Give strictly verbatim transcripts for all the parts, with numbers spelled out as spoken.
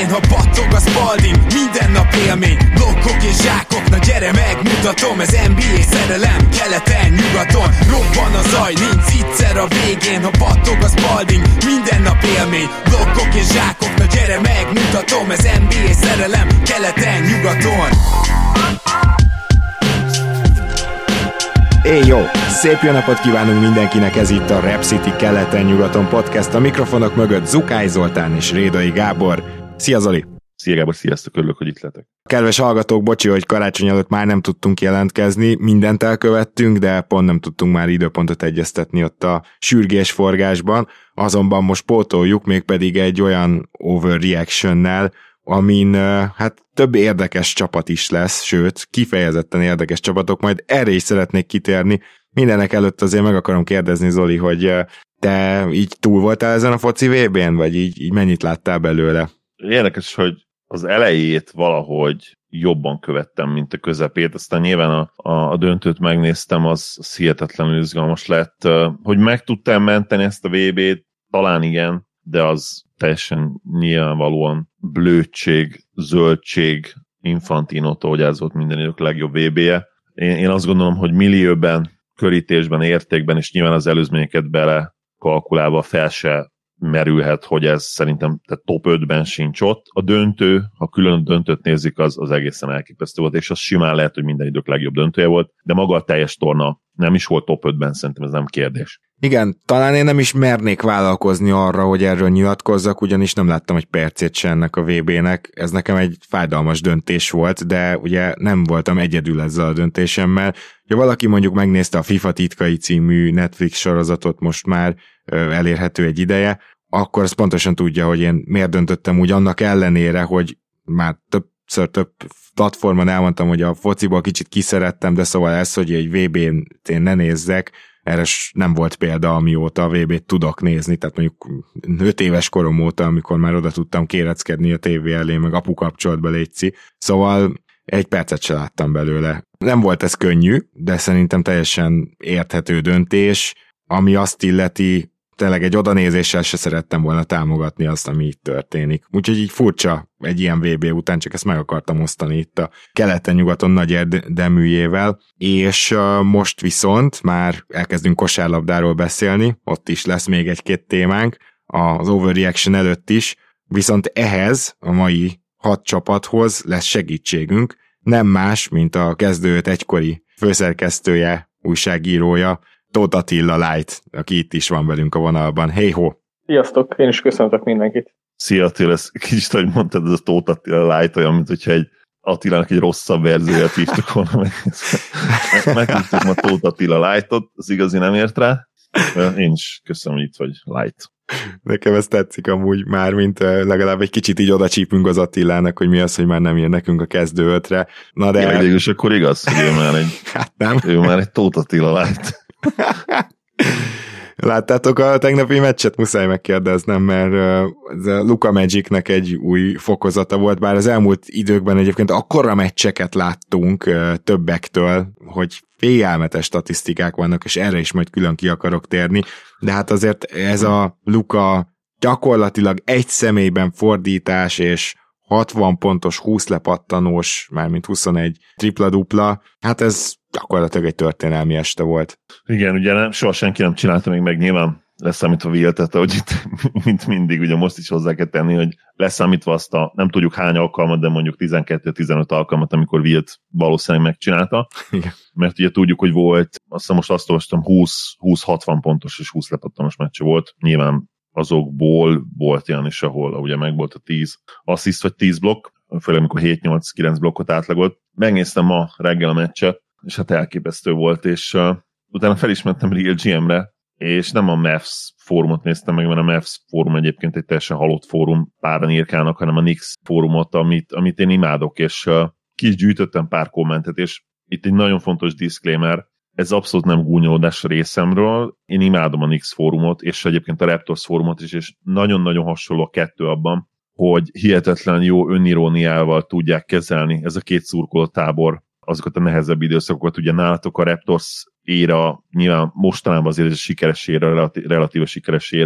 végén, ha battog a Spalding, minden nap élmény, blokkok és zsákok, na gyere megmutatom, ez en bé á szerelem, keleten, nyugaton, robban a zaj, nincs egyszer a végén, ha battog a Spalding, minden nap élmény, blokkok és zsákok, na gyere megmutatom, ez en bé á szerelem, keleten, nyugaton. Éj jó! Szép jó napot kívánunk mindenkinek, ez itt a Rap City keleten-nyugaton podcast, a mikrofonok mögött Zukály Zoltán és Rédai Gábor. Szia Zoli! Szia Gábor, sziasztok, örülök, hogy itt lehetek. Kedves hallgatók, bocsi, hogy karácsony előtt már nem tudtunk jelentkezni, mindent elkövettünk, de pont nem tudtunk már időpontot egyeztetni ott a sürgésforgásban, azonban most pótoljuk, mégpedig egy olyan overreaction-nel, amin hát több érdekes csapat is lesz, sőt, kifejezetten érdekes csapatok, majd erre is szeretnék kitérni. Mindenek előtt azért meg akarom kérdezni, Zoli, hogy te így túl voltál ezen a foci vé bén, vagy így, így mennyit láttál belőle? Érdekes, hogy az elejét valahogy jobban követtem, mint a közepét, aztán nyilván a, a, a döntőt megnéztem, az, az hihetetlenül izgalmas lett. Hogy meg tudtam menteni ezt a vé bét? Talán igen, de az teljesen nyilvánvalóan blödség, zöldség, Infantinótól, hogy ez volt minden idők legjobb vé bé-je. Én, én azt gondolom, hogy millióben, körítésben, értékben, és nyilván az előzményeket bele kalkulálva fel se merülhet, hogy ez szerintem tehát top ötben sincs ott. A döntő, ha külön a döntőt nézik, az, az egészen elképesztő volt, és az simán lehet, hogy minden idők legjobb döntője volt, de maga a teljes torna nem is volt top ötben, szerintem ez nem kérdés. Igen, talán én nem is mernék vállalkozni arra, hogy erről nyilatkozzak, ugyanis nem láttam egy percét se ennek a vé bének. Ez nekem egy fájdalmas döntés volt, de ugye nem voltam egyedül ezzel a döntésemmel. Ha valaki mondjuk megnézte a FIFA titkai című Netflix sorozatot, most már elérhető egy ideje, akkor az pontosan tudja, hogy én miért döntöttem úgy annak ellenére, hogy már többször több platformon elmondtam, hogy a fociból kicsit kiszerettem, de szóval ez, hogy egy vé bén én ne nézzek, erre nem volt példa, amióta a vé bét tudok nézni, tehát mondjuk öt éves korom óta, amikor már oda tudtam kéreckedni a tévé elé, meg apu kapcsolt be, létszi. Szóval egy percet se láttam belőle. Nem volt ez könnyű, de szerintem teljesen érthető döntés, ami azt illeti, tényleg egy odanézéssel se szerettem volna támogatni azt, ami itt történik. Úgyhogy így furcsa egy ilyen vé bé után, csak ezt meg akartam osztani itt a keleten-nyugaton nagy érdeműjével, és uh, most viszont már elkezdünk kosárlabdáról beszélni, ott is lesz még egy-két témánk, az overreaction előtt is, viszont ehhez a mai hat csapathoz lesz segítségünk, nem más, mint a kezdőt egykori főszerkesztője, újságírója, Tóth Attila Light, aki itt is van velünk a vonalban. Hey ho! Sziasztok, én is köszöntök mindenkit. Szia Attila, ezt kicsit, ahogy mondtad, ez a Tóth Attila Light olyan, mint hogyha egy Attilának egy rosszabb verzióját hívtuk volna meg. Meghívtuk ma Tóth Attila Lightot, az igazi nem ért rá. Én is köszönöm, hogy itt vagy, Light. Nekem ez tetszik amúgy már, mint legalább egy kicsit így oda csípünk az Attilának, hogy mi az, hogy már nem jön nekünk a kezdő ötre. Na de... Ja, végülis akkor igaz, hogy ő már egy, hát nem. Ő már egy Tóth Attila Light. Láttátok a tegnapi meccset? Muszáj megkérdeznem, mert ez a Luka Magicnek egy új fokozata volt, bár az elmúlt időkben egyébként akkora meccseket láttunk többektől, hogy félelmetes statisztikák vannak, és erre is majd külön ki akarok térni, de hát azért ez a Luka gyakorlatilag egy személyben fordítás, és hatvan pontos, húsz lepattanós, mármint huszonegy tripla-dupla, hát ez gyakorlatilag egy történelmi este volt. Igen, ugye nem, soha senki nem csinálta még meg, nyilván leszámítva Wiltet, hogy itt, mint mindig, ugye most is hozzá kell tenni, hogy leszámítva azt a, nem tudjuk hány alkalmat, de mondjuk tizenkettő-tizenöt alkalmat, amikor Wilt valószínűleg megcsinálta. Igen. Mert ugye tudjuk, hogy volt, aztán most azt olvastam, húsz-hatvan pontos és húsz lepattanós meccse volt, nyilván azokból volt olyan is, ahol ugye meg volt a tíz assziszt vagy tíz blokk, főleg amikor hét-nyolc-kilenc blokkot átlagolt. Megnéztem ma reggel a meccset, és hát elképesztő volt, és uh, utána felismertem Real gé em-re, és nem a Mavs fórumot néztem meg, mert a Mavs fórum egyébként egy teljesen halott fórum, páran írkálnak, hanem a Knicks fórumot, amit, amit én imádok, és uh, ki is gyűjtöttem pár kommentet, és itt egy nagyon fontos disclaimer, ez abszolút nem gúnyolódás a részemről, én imádom a Knicks fórumot, és egyébként a Raptors fórumot is, és nagyon-nagyon hasonló a kettő abban, hogy hihetetlen jó öniróniával tudják kezelni ez a két szurkoló tábor azokat a nehezebb időszakokat. Ugye nálatok a Raptors éra, nyilván mostanában azért ez a sikeres éra, relatíve sikeres éra,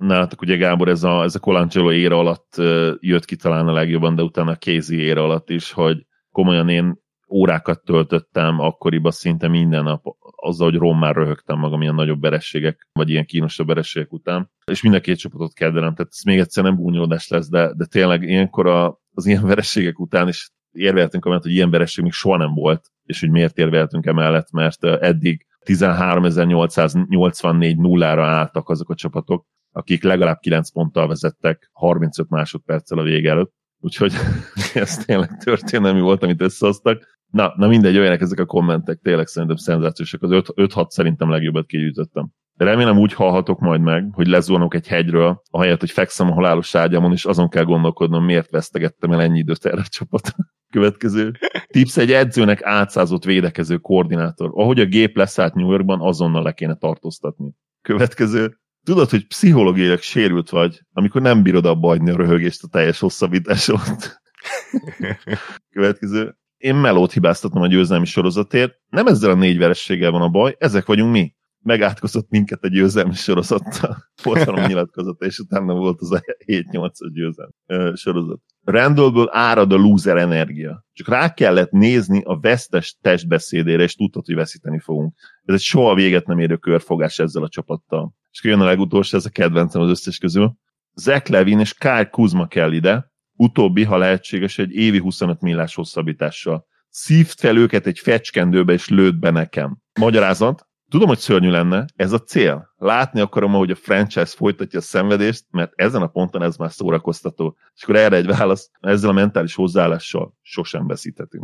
nálatok ugye Gábor ez a, ez a Colangelo éra alatt jött ki talán a legjobban, de utána a Casey éra alatt is, hogy komolyan én órákat töltöttem akkoriban szinte minden nap azzal, hogy rommá röhögtem magam ilyen nagyobb vereségek, vagy ilyen kínosabb vereségek után. És mind a két csapatot kedvelem, tehát ez még egyszer nem búnyolódás lesz, de, de tényleg ilyenkor a, az ilyen vereségek után is érveltünk amellett, hogy ilyen vereség még soha nem volt, és hogy miért érveltünk emellett, mert eddig tizenháromezer-nyolcszáznyolcvannégy nullára álltak azok a csapatok, akik legalább kilenc ponttal vezettek harmincöt másodperccel a vége előtt. Úgyhogy ez tényleg történelmi volt, amit összehoztak. Na, na mindegy, olyanek ezek a kommentek, tényleg szerintem szenzációsak. Az öt-hat szerintem legjobbat kigyűjtöttem. De remélem úgy hallhatok majd meg, hogy lezuhanok egy hegyről, ahelyett, hogy fekszem a halálos ágyamon, és azon kell gondolkodnom, miért vesztegettem el ennyi időt erre a csapat. Következő. Tips: egy edzőnek átszázott védekező koordinátor. Ahogy a gép leszállt New Yorkban, azonnal le kéne tartóztatni. Következő. Tudod, hogy pszichológiailag sérült vagy, amikor nem bírod abba hagyni a röhögést a teljes hosszabbításot. Következő. Én Melót hibáztatom a győzelmi sorozatért. Nem ezzel a négy verességgel van a baj, ezek vagyunk mi. Megátkozott minket a győzelmi sorozattal. Fortalom nyilatkozata, és utána volt az a hét-nyolcas győzelmi sorozat. Randallből árad a loser energia. Csak rá kellett nézni a vesztes testbeszédére, és tudtad, hogy veszíteni fogunk. Ez egy soha véget nem érő körfogás ezzel a csapattal. És akkor jön a legutolsó, ez a kedvencem az összes közül. Zach Levin és Kyle Kuzma kell ide, utóbbi, ha lehetséges, egy évi huszonöt millás hosszabbítással. Szívd fel őket egy fecskendőbe, és lőd be nekem. Magyarázat. Tudom, hogy szörnyű lenne, ez a cél. Látni akarom, ahogy a franchise folytatja a szenvedést, mert ezen a ponton ez már szórakoztató. És akkor erre egy válasz, ezzel a mentális hozzáállással sosem veszíthetünk.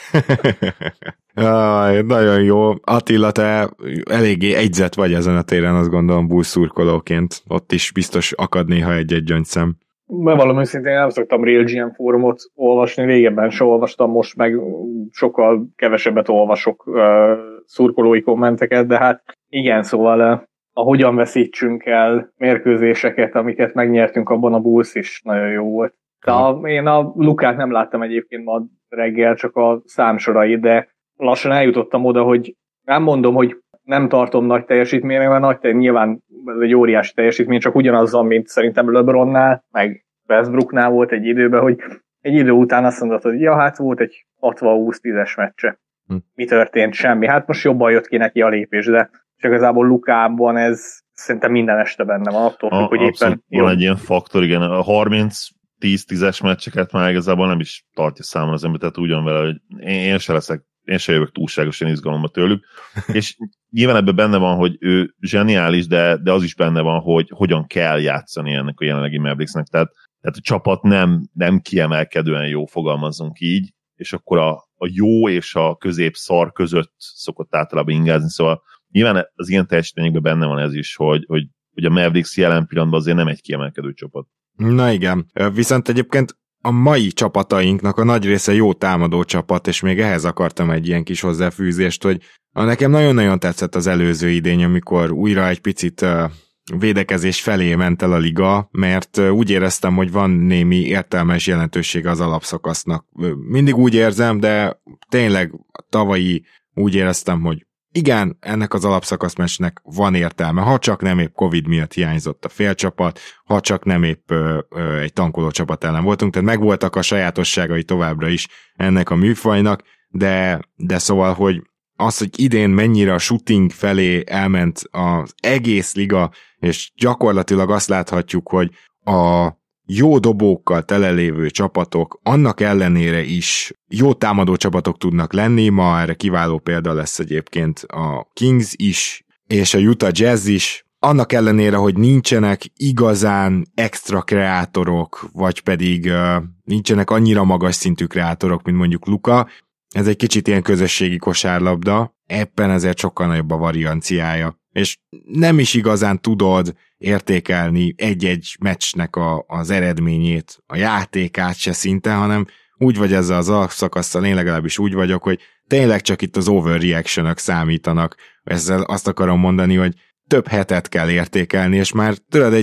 Aj, nagyon jó. Attila, te eléggé egyzett vagy ezen a téren, azt gondolom, Bulls szurkolóként. Ott is biztos akad néha egy-egy gyöngyszem. Bevallom őszintén, nem szoktam Real gé em fórumot olvasni, régebben sem olvastam, most meg sokkal kevesebbet olvasok uh, szurkolói kommenteket, de hát igen, szóval uh, a hogyan veszítsünk el mérkőzéseket, amiket megnyertünk, abban a Bulls is nagyon jó volt. De a, én a Lukát nem láttam egyébként ma reggel, csak a számsorai, de lassan eljutottam oda, hogy nem mondom, hogy nem tartom nagy teljesítménynek, mert nagy teljesítmény, nyilván ez egy óriási teljesítmény, csak ugyanazzal, mint szerintem LeBronnál, meg Westbrooknál volt egy időben, hogy egy idő után azt mondod, hogy ja, hát volt egy hatvan-húsz-tízes meccse. Hm. Mi történt? Semmi. Hát most jobban jött ki neki a lépés, de csak igazából Lukában ez szerintem minden este benne van, attól függ, hogy éppen van egy ilyen faktor, igen, a harminc-tíz-tízes meccseket már igazából nem is tartja számon az ember, tehát ugyan vele, hogy én, én se leszek, én se jövök túlságosan izgalomba tőlük, és nyilván ebben benne van, hogy ő zseniális, de, de az is benne van, hogy hogyan kell játszani ennek a jelenlegi Mavericksnek, tehát, tehát a csapat nem, nem kiemelkedően jó, fogalmazzunk így, és akkor a, a jó és a közép szar között szokott általában ingázni, szóval nyilván az ilyen teljesítményekben benne van ez is, hogy, hogy, hogy a Mavericks jelen pillanatban azért nem egy kiemelkedő csapat. Na igen, viszont egyébként a mai csapatainknak a nagy része jó támadó csapat, és még ehhez akartam egy ilyen kis hozzáfűzést, hogy nekem nagyon-nagyon tetszett az előző idény, amikor újra egy picit védekezés felé ment el a liga, mert úgy éreztem, hogy van némi értelmes jelentősége az alapszakasznak. Mindig úgy érzem, de tényleg tavalyi úgy éreztem, hogy igen, ennek az alapszakaszmeccsnek van értelme, ha csak nem épp Covid miatt hiányzott a félcsapat, ha csak nem épp ö, ö, egy tankoló csapat ellen voltunk, tehát megvoltak a sajátosságai továbbra is ennek a műfajnak, de, de szóval, hogy az, hogy idén mennyire a shooting felé elment az egész liga, és gyakorlatilag azt láthatjuk, hogy a jó dobókkal telelévő csapatok annak ellenére is jó támadó csapatok tudnak lenni, ma erre kiváló példa lesz egyébként a Kings is, és a Utah Jazz is, annak ellenére, hogy nincsenek igazán extra kreátorok, vagy pedig uh, nincsenek annyira magas szintű kreátorok, mint mondjuk Luka, ez egy kicsit ilyen közösségi kosárlabda, éppen ezért sokkal nagyobb a varianciája, és nem is igazán tudod értékelni egy-egy meccsnek a, az eredményét, a játékát se szinte, hanem úgy vagy ezzel az alapszakasszal, én legalábbis úgy vagyok, hogy tényleg csak itt az overreaction-ök számítanak. Ezzel azt akarom mondani, hogy több hetet kell értékelni, és már tudod, egy,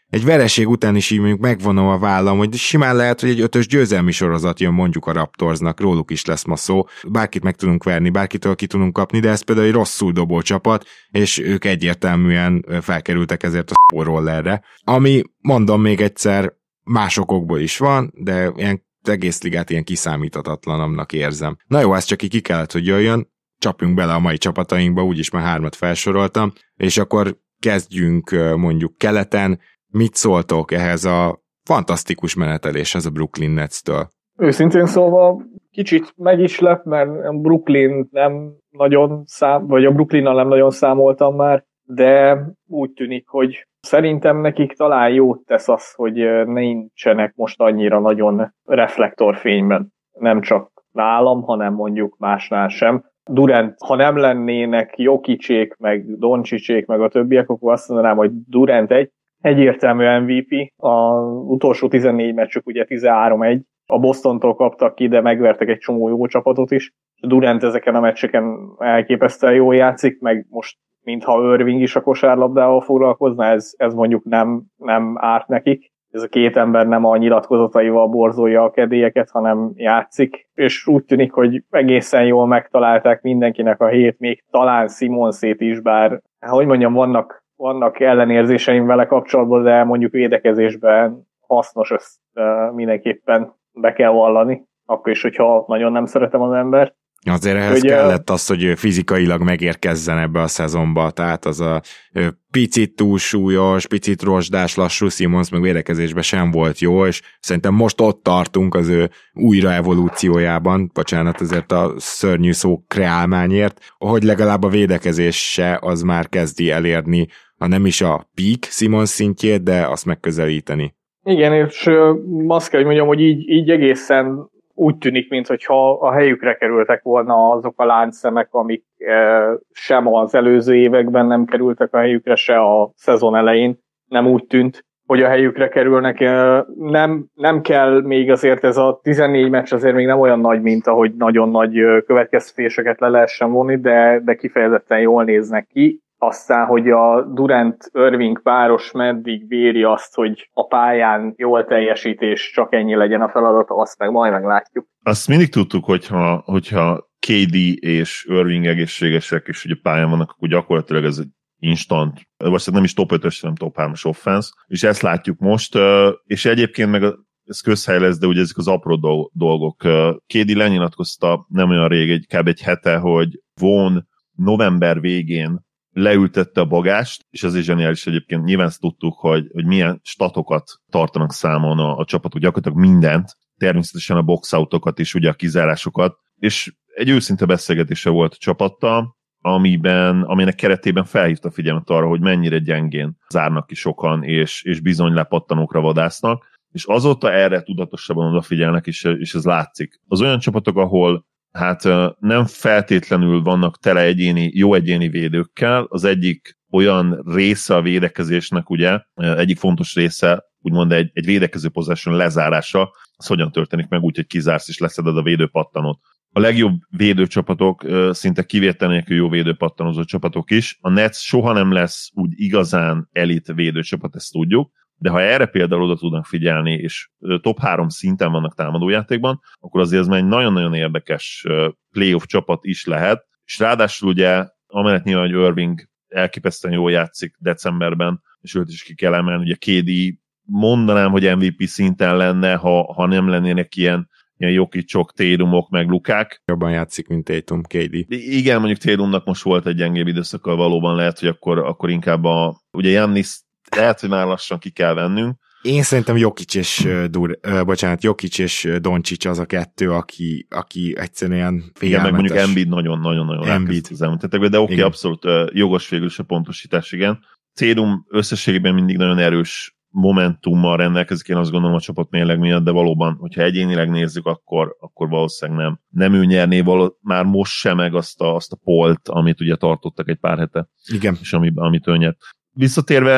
egy vereség után is így mondjuk megvonom a vállam, hogy simán lehet, hogy egy ötös győzelmi sorozat jön mondjuk a Raptorsnak, róluk is lesz ma szó, bárkit meg tudunk verni, bárkitől ki tudunk kapni, de ez például egy rosszul dobó csapat, és ők egyértelműen felkerültek ezért a rollerre, ami, mondom még egyszer, más okokból is van, de ilyen egész ligát ilyen kiszámíthatatlanabbnak érzem. Na jó, ez csak így ki kellett, hogy jöjjön, csapjunk bele a mai csapatainkba, úgyis már hármat felsoroltam, és akkor kezdjünk mondjuk keleten. Mit szóltok ehhez a fantasztikus meneteléshez a Brooklyn Nets-től? Őszintén szólva kicsit meg is lep, mert Brooklyn nem nagyon szám, vagy a Brooklynnal nem nagyon számoltam már, de úgy tűnik, hogy szerintem nekik talán jót tesz az, hogy nincsenek most annyira nagyon reflektorfényben. Nem csak nálam, hanem mondjuk másnál sem. Durant, ha nem lennének Jokicsék, meg Doncsicsék, meg a többiek, akkor azt mondanám, hogy Durant egy egyértelmű em vé pé. Az utolsó tizennégy meccsük ugye tizenhárom egy. A Bostontól kaptak ki, de megvertek egy csomó jó csapatot is. Durant ezeken a meccseken elképesztően jól játszik, meg most mintha Irving is a kosárlabdával foglalkozna, ez, ez mondjuk nem, nem árt nekik. Ez a két ember nem a nyilatkozataival borzolja a kedélyeket, hanem játszik, és úgy tűnik, hogy egészen jól megtalálták mindenkinek a helyét, még talán Simonszét is, bár, hogy mondjam, vannak, vannak ellenérzéseim vele kapcsolatban, de mondjuk védekezésben hasznos, ezt mindenképpen be kell vallani, akkor is, hogyha nagyon nem szeretem az embert. Azért ehhez hogy kellett az, hogy fizikailag megérkezzen ebbe a szezonba, tehát az a picit túlsúlyos, picit rozsdás, lassú Simmons meg védekezésben sem volt jó, és szerintem most ott tartunk az ő újra evolúciójában, bocsánat ezért a szörnyű szó kreálmányért, hogy legalább a védekezés se az már kezdi elérni, ha nem is a peak Simmons szintjét, de azt megközelíteni. Igen, és azt kell, hogy mondjam, hogy így, így egészen úgy tűnik, mintha a helyükre kerültek volna azok a láncszemek, amik e, sem az előző években nem kerültek a helyükre, se a szezon elején. Nem úgy tűnt, hogy a helyükre kerülnek. E, nem, nem kell még azért ez a tizennégy meccs azért még nem olyan nagy, mint ahogy nagyon nagy következtetéseket le lehessen vonni, de, de kifejezetten jól néznek ki. Aztán, hogy a Durant-Irving páros meddig véri azt, hogy a pályán jól teljesítés, csak ennyi legyen a feladata, azt meg majd meglátjuk. Azt mindig tudtuk, hogyha, hogyha ké dé és Irving egészségesek, és ugye pályán vannak, akkor gyakorlatilag ez egy instant, vagy nem is top ötös, hanem top hármas offense, és ezt látjuk most, és egyébként meg ez közhely lesz, de ugye ezek az apró dolgok. ké dé lenyilatkozta nem olyan rég, egy kb. Egy hete, hogy Vaughn november végén leültette a bagást, és ez is zseniális egyébként. Nyilván ezt tudtuk, hogy, hogy milyen statokat tartanak számon a, a csapatok, gyakorlatilag mindent, természetesen a box-outokat is, ugye a kizárásokat, és egy őszinte beszélgetése volt a csapattal, amiben, aminek keretében felhívta figyelmet arra, hogy mennyire gyengén zárnak ki sokan, és, és bizony lepattanókra vadásznak, és azóta erre tudatosabban odafigyelnek, és, és ez látszik. Az olyan csapatok, ahol hát nem feltétlenül vannak tele egyéni, jó egyéni védőkkel. Az egyik olyan része a védekezésnek, ugye, egyik fontos része, úgymond egy, egy védekező possession lezárása, az hogyan történik meg úgy, hogy kizársz és leszeded a védőpattanót. A legjobb védőcsapatok, szinte kivétel nélkül jó védőpattanozó csapatok is. A Nets soha nem lesz úgy igazán elit védőcsapat, ezt tudjuk, de ha erre például oda tudnak figyelni, és top három szinten vannak támadójátékban, akkor azért ez már egy nagyon-nagyon érdekes playoff csapat is lehet, és ráadásul ugye, amellett nyilván, hogy Irving elképesztően jól játszik decemberben, és őt is ki kell emelni, ugye ké dé mondanám, hogy em vé pé szinten lenne, ha, ha nem lennének ilyen ilyen Jokicsok, Tatumok, meg Lukák. Jobban játszik, mint Tatum, ké dé. Igen, mondjuk Tatumnak most volt egy gyengébb időszakkal, valóban lehet, hogy akkor, akkor inkább a, ugye Giannis lehet, hogy már lassan ki kell vennünk. Én szerintem Jokic és, Dur, uh, bocsánat, Jokic és Doncic az a kettő, aki, aki egyszerűen félelmetes. Igen, meg mondjuk Embiid nagyon-nagyon-nagyon elkezdett az elmúltetekben, de oké, okay, abszolút uh, jogos végül is a pontosítás, igen. Tatum összességében mindig nagyon erős momentummal rendelkezik, én azt gondolom a csapat mérleg miatt, de valóban, hogyha egyénileg nézzük, akkor, akkor valószínűleg nem. Nem ő nyerné való, már most sem meg azt a, azt a polt, amit ugye tartottak egy pár hete. Igen. És ami, amit ő nyert. Visszatérve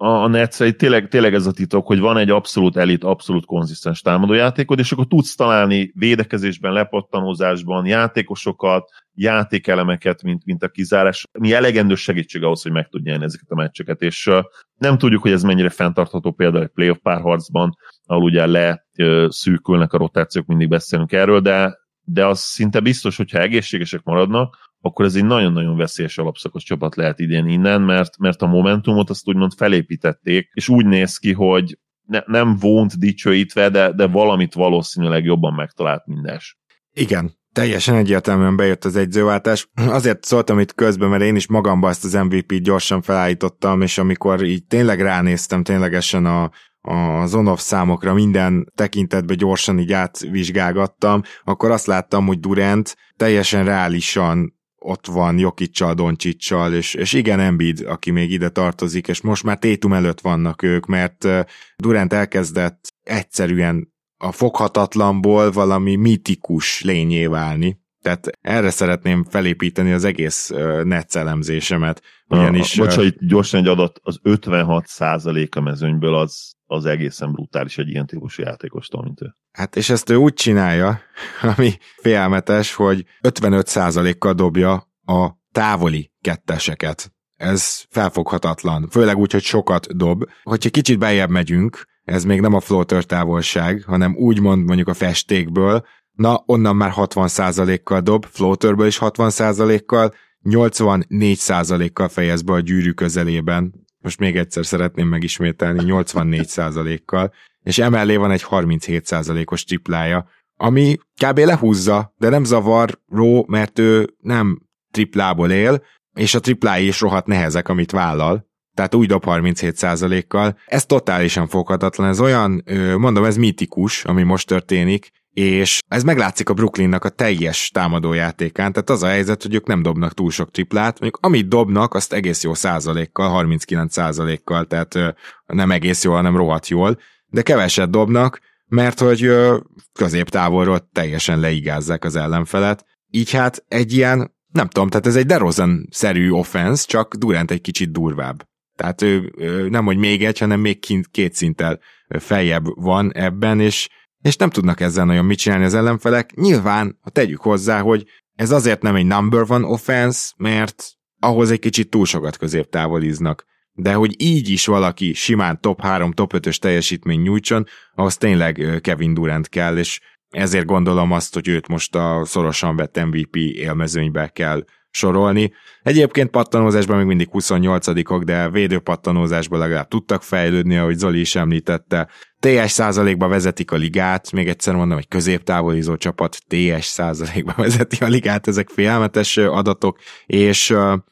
a Netsre, tényleg, tényleg ez a titok, hogy van egy abszolút elit, abszolút konzisztens támadójátékod, és akkor tudsz találni védekezésben, lepattanózásban játékosokat, játékelemeket, mint, mint a kizárás, mi elegendő segítség ahhoz, hogy meg tud nyerni ezeket a meccseket, és uh, nem tudjuk, hogy ez mennyire fenntartható például egy playoff párharcban, ahol ugye leszűkülnek a rotációk, mindig beszélünk erről, de, de az szinte biztos, hogyha egészségesek maradnak, akkor ez egy nagyon-nagyon veszélyes alapszakos csapat lehet idén innen, mert, mert a momentumot azt úgymond felépítették, és úgy néz ki, hogy ne, nem vont dicsőítve, de, de valamit valószínűleg jobban megtalált mindens. Igen, teljesen egyértelműen bejött az egyzőváltás. Azért szóltam itt közben, mert én is magamba ezt az em vé pét gyorsan felállítottam, és amikor így tényleg ránéztem ténylegesen a az on-off számokra minden tekintetben gyorsan így átvizsgálgattam, akkor azt láttam, hogy Durant teljesen reálisan ott van Jokic-csal, Doncsics-csal, és, és igen, Embiid, aki még ide tartozik, és most már Tatum előtt vannak ők, mert Durant elkezdett egyszerűen a foghatatlanból valami mitikus lényé válni. Tehát erre szeretném felépíteni az egész uh, Nets elemzésemet. Ugyanis, a, bocsánat, uh, gyorsan egy adat, az ötvenhat százalék a mezőnyből az, az egészen brutális egy ilyen típusú játékostól, mint ő. Hát és ezt ő úgy csinálja, ami félelmetes, hogy ötvenöt százalékkal dobja a távoli ketteseket. Ez felfoghatatlan. Főleg úgy, hogy sokat dob. Hogyha kicsit beljebb megyünk, ez még nem a floater távolság, hanem úgymond mondjuk a festékből, na, onnan már hatvan százalékkal dob, floaterből is hatvan százalékkal, nyolcvannégy százalékkal fejez be a gyűrű közelében. Most még egyszer szeretném megismételni, nyolcvannégy százalékkal, és emellé van egy harminchét százalékos triplája, ami kb. Lehúzza, de nem zavaró, mert ő nem triplából él, és a triplái is rohadt nehezek, amit vállal. Tehát úgy dob harminchét százalékkal. Ez totálisan foghatatlan, ez olyan, mondom, ez mitikus, ami most történik, és ez meglátszik a Brooklynnak a teljes támadójátékán, tehát az a helyzet, hogy ők nem dobnak túl sok triplát, mondjuk amit dobnak, azt egész jó százalékkal, harminckilenc százalékkal, tehát nem egész jól, hanem rohadt jól, de keveset dobnak, mert hogy középtávolról teljesen leigázzák az ellenfelet, így hát egy ilyen, nem tudom, tehát ez egy DeRozan-szerű offense, csak Durant egy kicsit durvább. Tehát ő, ő nem, hogy még egy, hanem még két szinttel feljebb van ebben, és és nem tudnak ezzel nagyon mit csinálni az ellenfelek. Nyilván, ha tegyük hozzá, hogy ez azért nem egy number one offense, mert ahhoz egy kicsit túl sokat középtávoliznak. De hogy így is valaki simán top három, top ötös teljesítmény nyújtson, ahhoz tényleg Kevin Durant kell, és ezért gondolom azt, hogy őt most a szorosan vett em vé pé élmezőnybe kell sorolni. Egyébként pattanózásban még mindig huszonnyolcadikok, de védőpattanózásban legalább tudtak fejlődni, ahogy Zoli is említette. té es százalékba vezetik a ligát, még egyszer mondom, egy középtávolizó csapat té es százalékba vezeti a ligát, ezek félelmetes adatok, és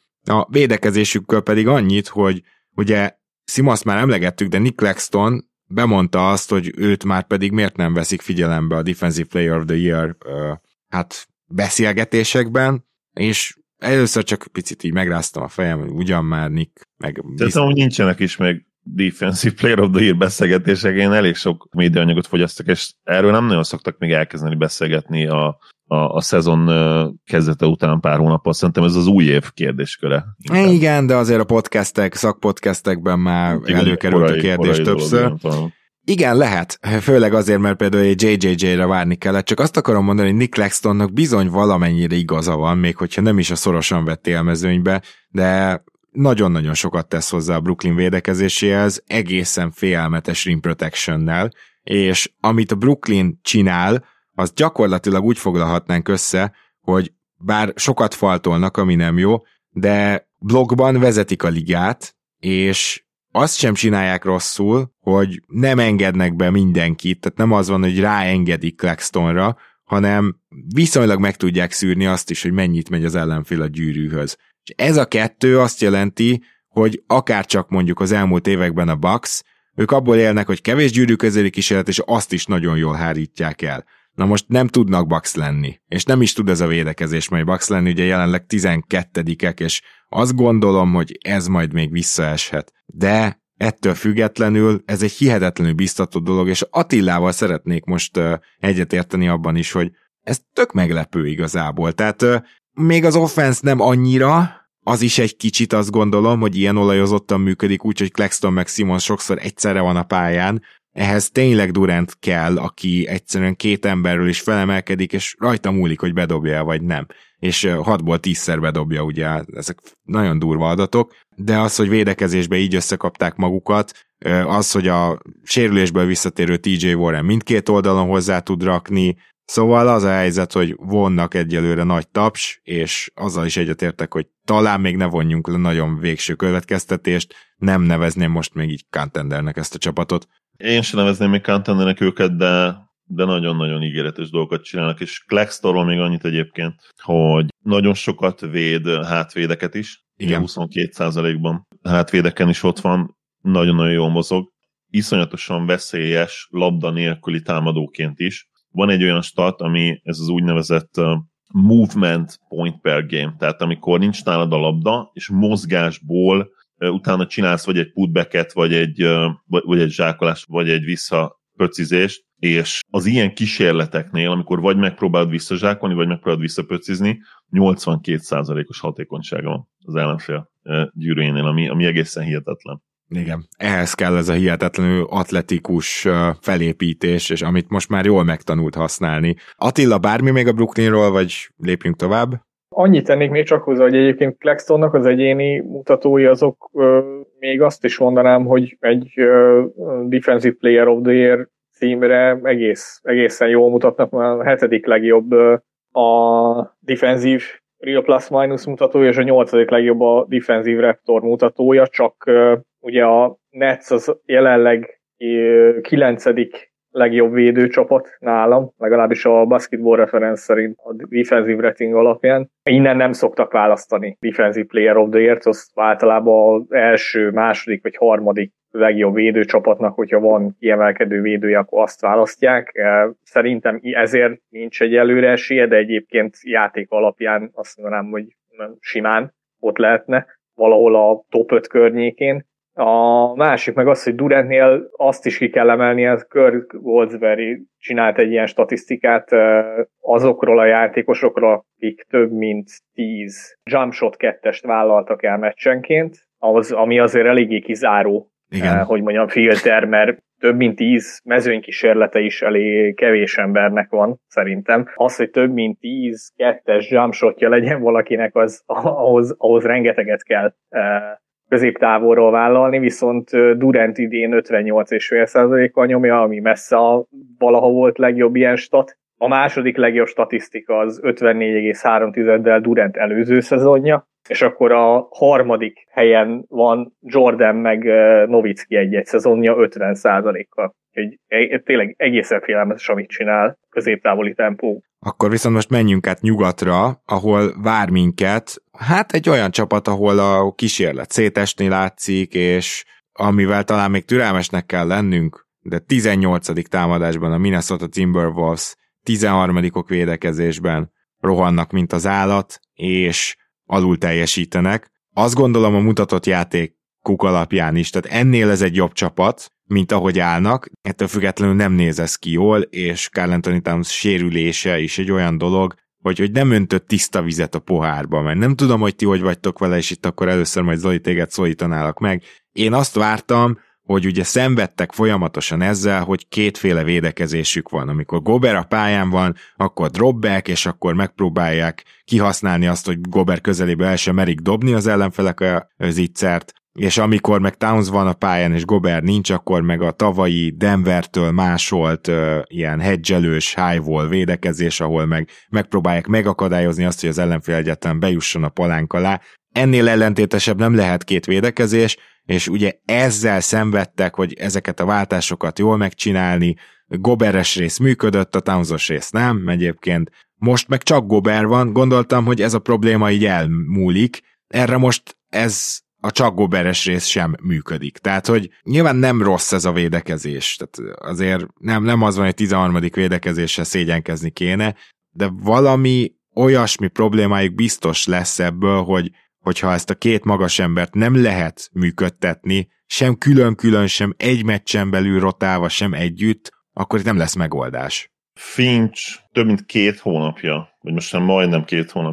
a védekezésükkel pedig annyit, hogy ugye Simonszt már emlegettük, de Nick Claxton bemondta azt, hogy őt már pedig miért nem veszik figyelembe a Defensive Player of the Year hát beszélgetésekben, és először csak picit így megráztam a fejem, hogy ugyan már Nick, meg... Szerintem, hogy nincsenek is még Defensive Player of the Year beszélgetések, én elég sok médiaanyagot fogyasztok, és erről nem nagyon szoktak még elkezdeni beszélgetni a, a, a szezon kezdete után pár hónappal. Szerintem ez az új év kérdésköre. Inkább. Igen, de azért a podcastek, szakpodcastekben már igen, előkerült korai, a kérdés többször. Igen, lehet, főleg azért, mert például egy jé jé jé-re várni kellett, csak azt akarom mondani, hogy Nick Claxtonnak bizony valamennyire igaza van, még hogyha nem is a szorosan vett élmezőnybe, de nagyon-nagyon sokat tesz hozzá a Brooklyn védekezéséhez, egészen félelmetes rim protection-nel, és amit a Brooklyn csinál, az gyakorlatilag úgy foglalhatnánk össze, hogy bár sokat faltolnak, ami nem jó, de blokkban vezetik a ligát, és azt sem csinálják rosszul, hogy nem engednek be mindenkit, tehát nem az van, hogy ráengedik Claxtonra, hanem viszonylag meg tudják szűrni azt is, hogy mennyit megy az ellenfél a gyűrűhöz. És ez a kettő azt jelenti, hogy akár csak mondjuk az elmúlt években a Bucks, ők abból élnek, hogy kevés gyűrű közeli kísérlet, és azt is nagyon jól hárítják el. Na most nem tudnak Bucks lenni, és nem is tud ez a védekezés majd Bucks lenni, ugye jelenleg tizenkettedikek, és azt gondolom, hogy ez majd még visszaeshet. De ettől függetlenül ez egy hihetetlenül biztató dolog, és Attilával szeretnék most uh, egyetérteni abban is, hogy ez tök meglepő igazából. Tehát uh, még az offense nem annyira, az is egy kicsit azt gondolom, hogy ilyen olajozottan működik, úgyhogy Claxton meg Simmons sokszor egyszerre van a pályán. Ehhez tényleg Durant kell, aki egyszerűen két emberről is felemelkedik, és rajta múlik, hogy bedobja vagy nem. És hatból tízszer bedobja, ugye, ezek nagyon durva adatok, de az, hogy védekezésbe így összekapták magukat, az, hogy a sérülésből visszatérő té jé Warren mindkét oldalon hozzá tud rakni, szóval az a helyzet, hogy vonnak egyelőre nagy taps, és azzal is egyetértek, hogy talán még ne vonjunk le nagyon végső következtetést, nem nevezném most még így contendernek ezt a csapatot. Én sem nevezném még contendernek őket, de, de nagyon-nagyon ígéretes dolgokat csinálnak, és Claxtonról még annyit egyébként, hogy nagyon sokat véd hátvédeket is, igen, huszonkettő százalékban hátvédeken is ott van, nagyon-nagyon jól mozog, iszonyatosan veszélyes labda nélküli támadóként is. Van egy olyan stat, ami ez az úgynevezett uh, movement point per game, tehát amikor nincs nálad a labda, és mozgásból uh, utána csinálsz vagy egy putbacket, vagy egy, uh, vagy, vagy egy zsákolást, vagy egy visszapöcizést, és az ilyen kísérleteknél, amikor vagy megpróbálod visszazsákolni, vagy megpróbálod visszapöcizni, nyolcvankét százalékos hatékonysága van az ellenfél uh, gyűrűjénél, ami, ami egészen hihetetlen. Igen, ehhez kell ez a hihetetlenül atletikus felépítés, és amit most már jól megtanult használni. Attila, bármi még a Brooklynról, vagy lépjünk tovább? Annyit tennék még csak hozzá, hogy egyébként Claxtonnak az egyéni mutatói azok ö, még azt is mondanám, hogy egy ö, Defensive Player of the Year címre egész, egészen jól mutatnak, mert a hetedik legjobb ö, a Defensive Real Plus Minus mutatója, és a nyolcadik legjobb a Defensive Raptor mutatója, csak ö, ugye a Nets az jelenleg kilencedik legjobb védőcsapat nálam, legalábbis a Basketball Reference szerint a defensive rating alapján. Innen nem szoktak választani Defensive Player of the Year-t, az általában az első, második vagy harmadik legjobb védőcsapatnak, hogyha van kiemelkedő védője, akkor azt választják. Szerintem ezért nincs egy előre esélye, de egyébként játék alapján azt mondanám, hogy simán ott lehetne, valahol a top öt környékén. A másik meg az, hogy Durantnél azt is ki kell emelni, ez Kirk Goldsberry csinált egy ilyen statisztikát azokról a játékosokról, akik több mint tíz jumpshot kettest vállaltak el meccsenként, az, ami azért eléggé kizáró, igen, hogy mondjam, filter, mert több mint tíz mezőnykísérlete is elég kevés embernek van, szerintem. Az, hogy több mint tíz kettes jumpshotja legyen valakinek, az ahhoz, ahhoz rengeteget kell középtávolról vállalni, viszont Durant idén ötvennyolc egész öt százalékkal nyomja, ami messze a valaha volt legjobb ilyen stat. A második legjobb statisztika az ötvennégy egész három tizeddel Durant előző szezonja, és akkor a harmadik helyen van Jordan meg Nowitzki egy-egy szezonja ötven százalékkal. Úgyhogy tényleg egészen félelmetes, amit csinál középtávoli tempó. Akkor viszont most menjünk át nyugatra, ahol vár minket, hát egy olyan csapat, ahol a kísérlet szétesni látszik, és amivel talán még türelmesnek kell lennünk, de tizennyolcadik támadásban a Minnesota Timberwolves, tizenharmadikok védekezésben rohannak, mint az állat, és alul teljesítenek. Azt gondolom a mutatott játékuk alapján is, tehát ennél ez egy jobb csapat, mint ahogy állnak, ettől függetlenül nem néz ez ki jól, és Karl Anthony Towns sérülése is egy olyan dolog, hogy, hogy nem öntött tiszta vizet a pohárba, mert nem tudom, hogy ti hogy vagytok vele, és itt akkor először majd Zoli téged szólítanálak meg. Én azt vártam, hogy ugye szenvedtek folyamatosan ezzel, hogy kétféle védekezésük van. Amikor Gobert a pályán van, akkor dropback, és akkor megpróbálják kihasználni azt, hogy Gobert közelébe el sem merik dobni az ellenfelek a zicsert, és amikor meg Towns van a pályán, és Gobert nincs, akkor meg a tavalyi Denvertől másolt uh, ilyen hedgelős high wall védekezés, ahol meg megpróbálják megakadályozni azt, hogy az ellenfél egyáltalán bejusson a palánk alá. Ennél ellentétesebb nem lehet két védekezés, és ugye ezzel szenvedtek, hogy ezeket a váltásokat jól megcsinálni, Goberes rész működött, a Townsos rész nem, egyébként most meg csak Gobert van, gondoltam, hogy ez a probléma így elmúlik, erre most ez a csak Goberes rész sem működik. Tehát, hogy nyilván nem rossz ez a védekezés, tehát azért nem, nem az van, hogy tizenharmadik védekezéssel szégyenkezni kéne, de valami olyasmi problémájuk biztos lesz ebből, hogy hogyha ezt a két magas embert nem lehet működtetni, sem külön-külön, sem egy meccsen belül rotálva, sem együtt, akkor itt nem lesz megoldás. Finch több mint két hónapja, vagy most sem majdnem két hónapja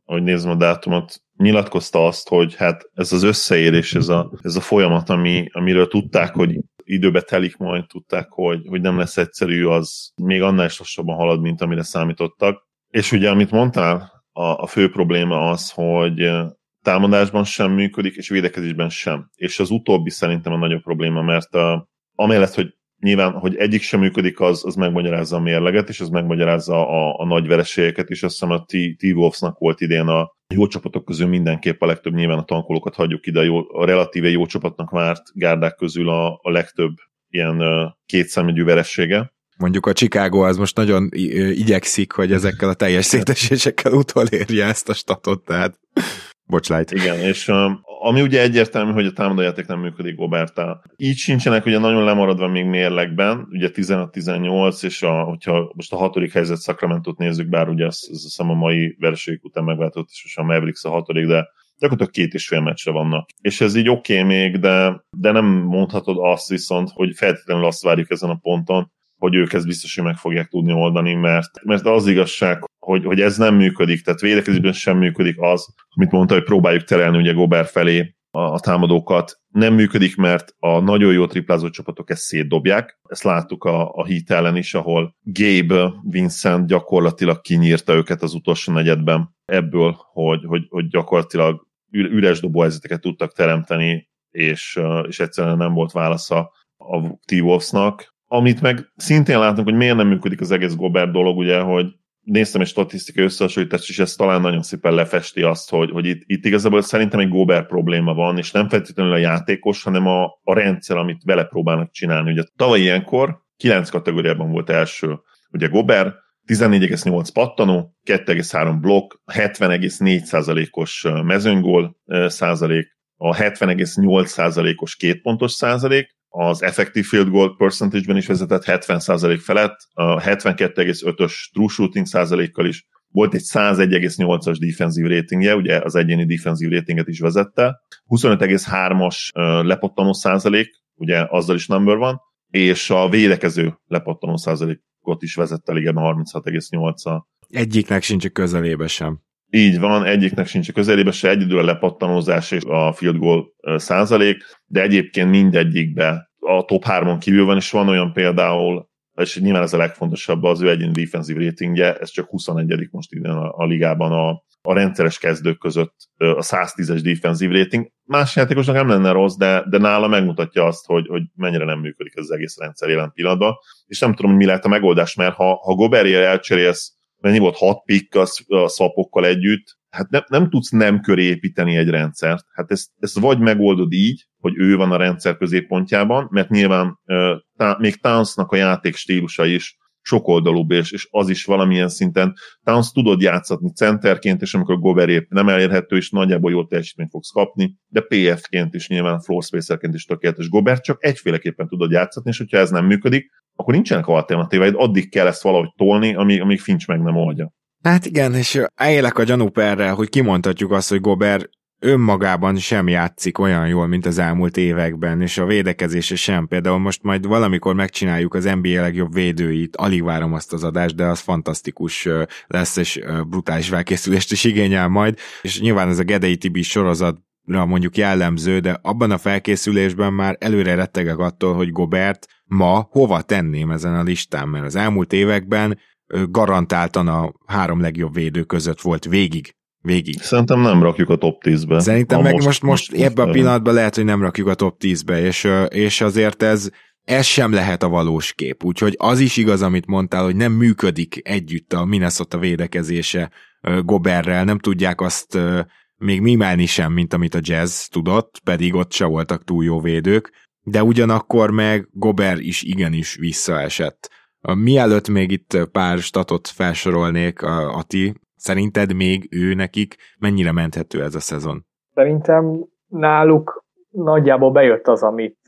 ahogy nézem a dátumot, nyilatkozta azt, hogy hát ez az összeérés, ez a, ez a folyamat, ami, amiről tudták, hogy időbe telik majd, tudták, hogy, hogy nem lesz egyszerű, az még annál is lassabban halad, mint amire számítottak. És ugye, amit mondtál, a, a fő probléma az, hogy támadásban sem működik, és védekezésben sem. És az utóbbi szerintem a nagyobb probléma, mert a, amellett, hogy nyilván, hogy egyik sem működik, az, az megmagyarázza a mérleget, és az megmagyarázza a, a nagy vereségeket, és azt hiszem a T-Wolvesnak volt idén a jó csapatok közül mindenképp a legtöbb, nyilván a tankolókat hagyjuk ide, a, jó, a relatíve jó csapatnak várt gárdák közül a, a legtöbb ilyen uh, kétszámjegyű veressége. Mondjuk a Chicago az most nagyon igyekszik, hogy ezekkel a teljes szétesésekkel utolérje ezt a statot, tehát bocs, Light. Igen, és um, ami ugye egyértelmű, hogy a támadójáték nem működik Goberttel. Így sincsenek ugye nagyon lemaradva még mérlegben, ugye tizenhat tizennyolc, és a, hogyha most a hatodik helyzet Sacramento-t nézzük, bár ugye azt hiszem a mai vereségük után megváltott, és most a Mavericks a hatodik, de gyakorlatilag két és fél meccsre vannak. És ez így oké okay még, de, de nem mondhatod azt viszont, hogy feltétlenül azt várjuk ezen a ponton, hogy ők ezt biztos, hogy meg fogják tudni oldani, mert, mert az igazság, hogy, hogy ez nem működik, tehát védekezésben sem működik az, amit mondta, hogy próbáljuk terelni ugye Gobert felé a, a támadókat. Nem működik, mert a nagyon jó triplázó csapatok ezt szétdobják. Ezt láttuk a, a Heat ellen is, ahol Gabe Vincent gyakorlatilag kinyírta őket az utolsó negyedben ebből, hogy, hogy, hogy gyakorlatilag üres dobóhelyzeteket tudtak teremteni, és, és egyszerűen nem volt válasza a T-Wolvesnak. Amit meg szintén látunk, hogy miért nem működik az egész Gobert dolog, ugye, hogy néztem egy statisztikai összehasonlítást, és ez talán nagyon szépen lefesti azt, hogy, hogy itt, itt igazából szerintem egy Gobert probléma van, és nem feltétlenül a játékos, hanem a, a rendszer, amit vele próbálnak csinálni. Ugye tavaly ilyenkor kilenc kategóriában volt első. Ugye Gobert tizennégy egész nyolc pattanó, kettő egész három blokk, hetven egész négy százalékos mezőnygól százalék, a hetven egész nyolc százalékos kétpontos százalék, az effective field goal percentage-ben is vezetett hetven százalék felett, a hetvenkettő egész ötös true shooting százalékkal is, volt egy százegy egész nyolcas defensive ratingje, ugye az egyéni defensive ratinget is vezette, huszonöt egész hármas lepattanó százalék, ugye azzal is number van, és a védekező lepattanó százalékot is vezette a ligában harminchat egész nyolccal. Egyiknek sincs a közelébe sem. Így van, egyiknek sincs a közelébe se, egyedül a lepattanózás és a field goal százalék, de egyébként mindegyikben a top hármon kívül van, és van olyan például, és nyilván ez a legfontosabb, az ő egyéni defensive ratingje, ez csak huszonegyedik most ide a, a ligában a, a rendszeres kezdők között a száztízes defensive rating. Más játékosnak nem lenne rossz, de, de nála megmutatja azt, hogy, hogy mennyire nem működik ez az egész rendszer jelen pillanatban, és nem tudom, hogy mi lehet a megoldás, mert ha, ha Gobertért elcserélsz, mennyi volt hat pick a, a swapokkal együtt, hát nem, nem tudsz nem köré építeni egy rendszert. Hát ezt, ezt vagy megoldod így, hogy ő van a rendszer középpontjában, mert nyilván tá, még Townsnak a játék stílusa is sokoldalúbb, és, és az is valamilyen szinten Towns tudod játszatni centerként, és amikor Gobert épp nem elérhető, és nagyjából jó teljesítményt fogsz kapni, de pé ef-ként is nyilván floor spacerként is tökéletes. Gobert csak egyféleképpen tudod játszatni, és hogyha ez nem működik, akkor nincsenek alternatíváid, addig kell ezt valahogy tolni, amíg, amíg Finch meg nem oldja. Hát igen, és élek a gyanúperrel, hogy kimondhatjuk azt, hogy Gobert önmagában sem játszik olyan jól, mint az elmúlt években, és a védekezése sem. Például most majd valamikor megcsináljuk az en bé á legjobb védőit, alig várom azt az adást, de az fantasztikus lesz, és brutális felkészülést is igényel majd, és nyilván ez a Gedei Tibi sorozatra mondjuk jellemző, de abban a felkészülésben már előre rettegek attól, hogy Gobert ma hova tenném ezen a listán, mert az elmúlt években garantáltan a három legjobb védő között volt végig. Végig. Szerintem nem rakjuk a top tízbe. Szerintem meg most, most, most ebben a pillanatban lehet, hogy nem rakjuk a top tízbe, és, és azért ez, ez sem lehet a valós kép. Úgyhogy az is igaz, amit mondtál, hogy nem működik együtt a Minnesota védekezése Goberrel, nem tudják azt még mimálni sem, mint amit a Jazz tudott, pedig ott se voltak túl jó védők, de ugyanakkor meg Gobert is igenis visszaesett. Mielőtt még itt pár statot felsorolnék, Ati, szerinted még ő nekik mennyire menthető ez a szezon? Szerintem náluk nagyjából bejött az, amit,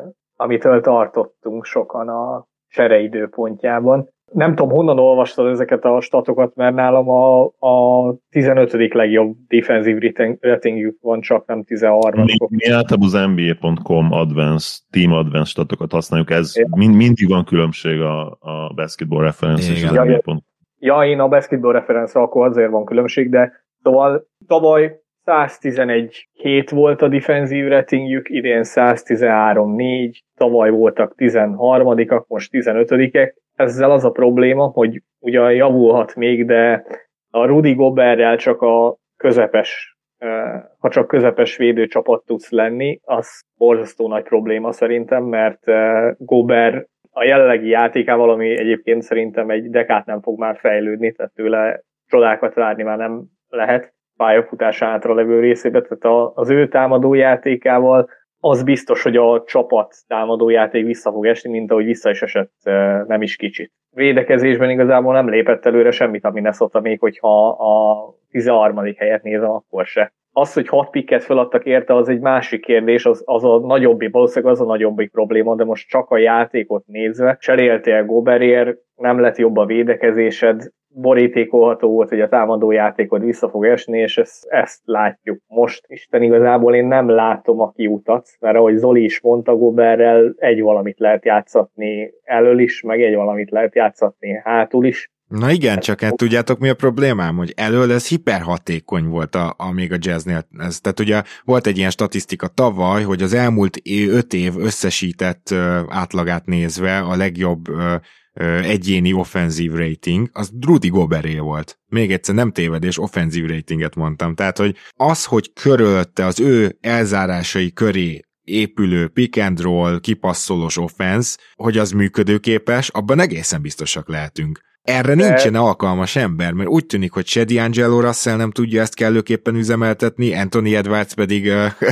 amitől tartottunk sokan a csereidőpontjában. Nem tudom, honnan olvastad ezeket a statokat, mert nálam a, a tizenötödik legjobb defensive ratingjük van, csak nem tizenharmadik. Mi, mi általában az en bé á pont com advanced, team advanced statokat használjuk, ez mind, mindig van különbség a, a basketball reference és az en bé á pont com. Ja, én a basketball reference-re akkor azért van különbség, de Szóval tavaly száz tizenegy hét volt a defensív ratingjük, idén száz tizenhárom négy, tavaly voltak tizenharmadikak, most tizenötödikek. Ezzel az a probléma, hogy ugyan javulhat még, de a Rudy Goberrel csak a közepes, ha csak közepes védőcsapat tudsz lenni, az borzasztó nagy probléma szerintem, mert Gobert a jelenlegi játékával, ami egyébként szerintem egy dekát nem fog már fejlődni, tehát tőle csodákat várni már nem lehet pályafutás hátra levő részében, tehát az ő támadójátékával az biztos, hogy a csapat támadójáték vissza fog esni, mint ahogy vissza is esett nem is kicsit. Védekezésben igazából nem lépett előre semmit a Minnesota, még hogyha a tizenharmadik helyet nézem, akkor se. Az, hogy hat pikket feladtak érte, az egy másik kérdés, az, az a nagyobbik, valószínűleg az a nagyobbik probléma, de most csak a játékot nézve, cseréltél Gobertért, nem lett jobb a védekezésed, borítékolható volt, hogy a támadó játékod vissza fog esni, és ezt, ezt látjuk most. Isten igazából én nem látom a kiutat, mert ahogy Zoli is mondta, Goberrel egy valamit lehet játszatni elől is, meg egy valamit lehet játszatni hátul is. Na igen, csak hát tudjátok mi a problémám, hogy elől ez hiperhatékony volt a, a még a Jazznél. Ez, tehát ugye volt egy ilyen statisztika tavaly, hogy az elmúlt öt év összesített uh, átlagát nézve a legjobb uh, egyéni offenzív rating, az Rudy Goberé volt. Még egyszer nem tévedés, offenzív ratinget mondtam. Tehát, hogy az, hogy körülötte az ő elzárásai köré épülő pick and roll, kipasszolós offense, hogy az működőképes, abban egészen biztosak lehetünk. Erre de... nincsen alkalmas ember, mert úgy tűnik, hogy se D'Angelo Russell nem tudja ezt kellőképpen üzemeltetni, Anthony Edwards pedig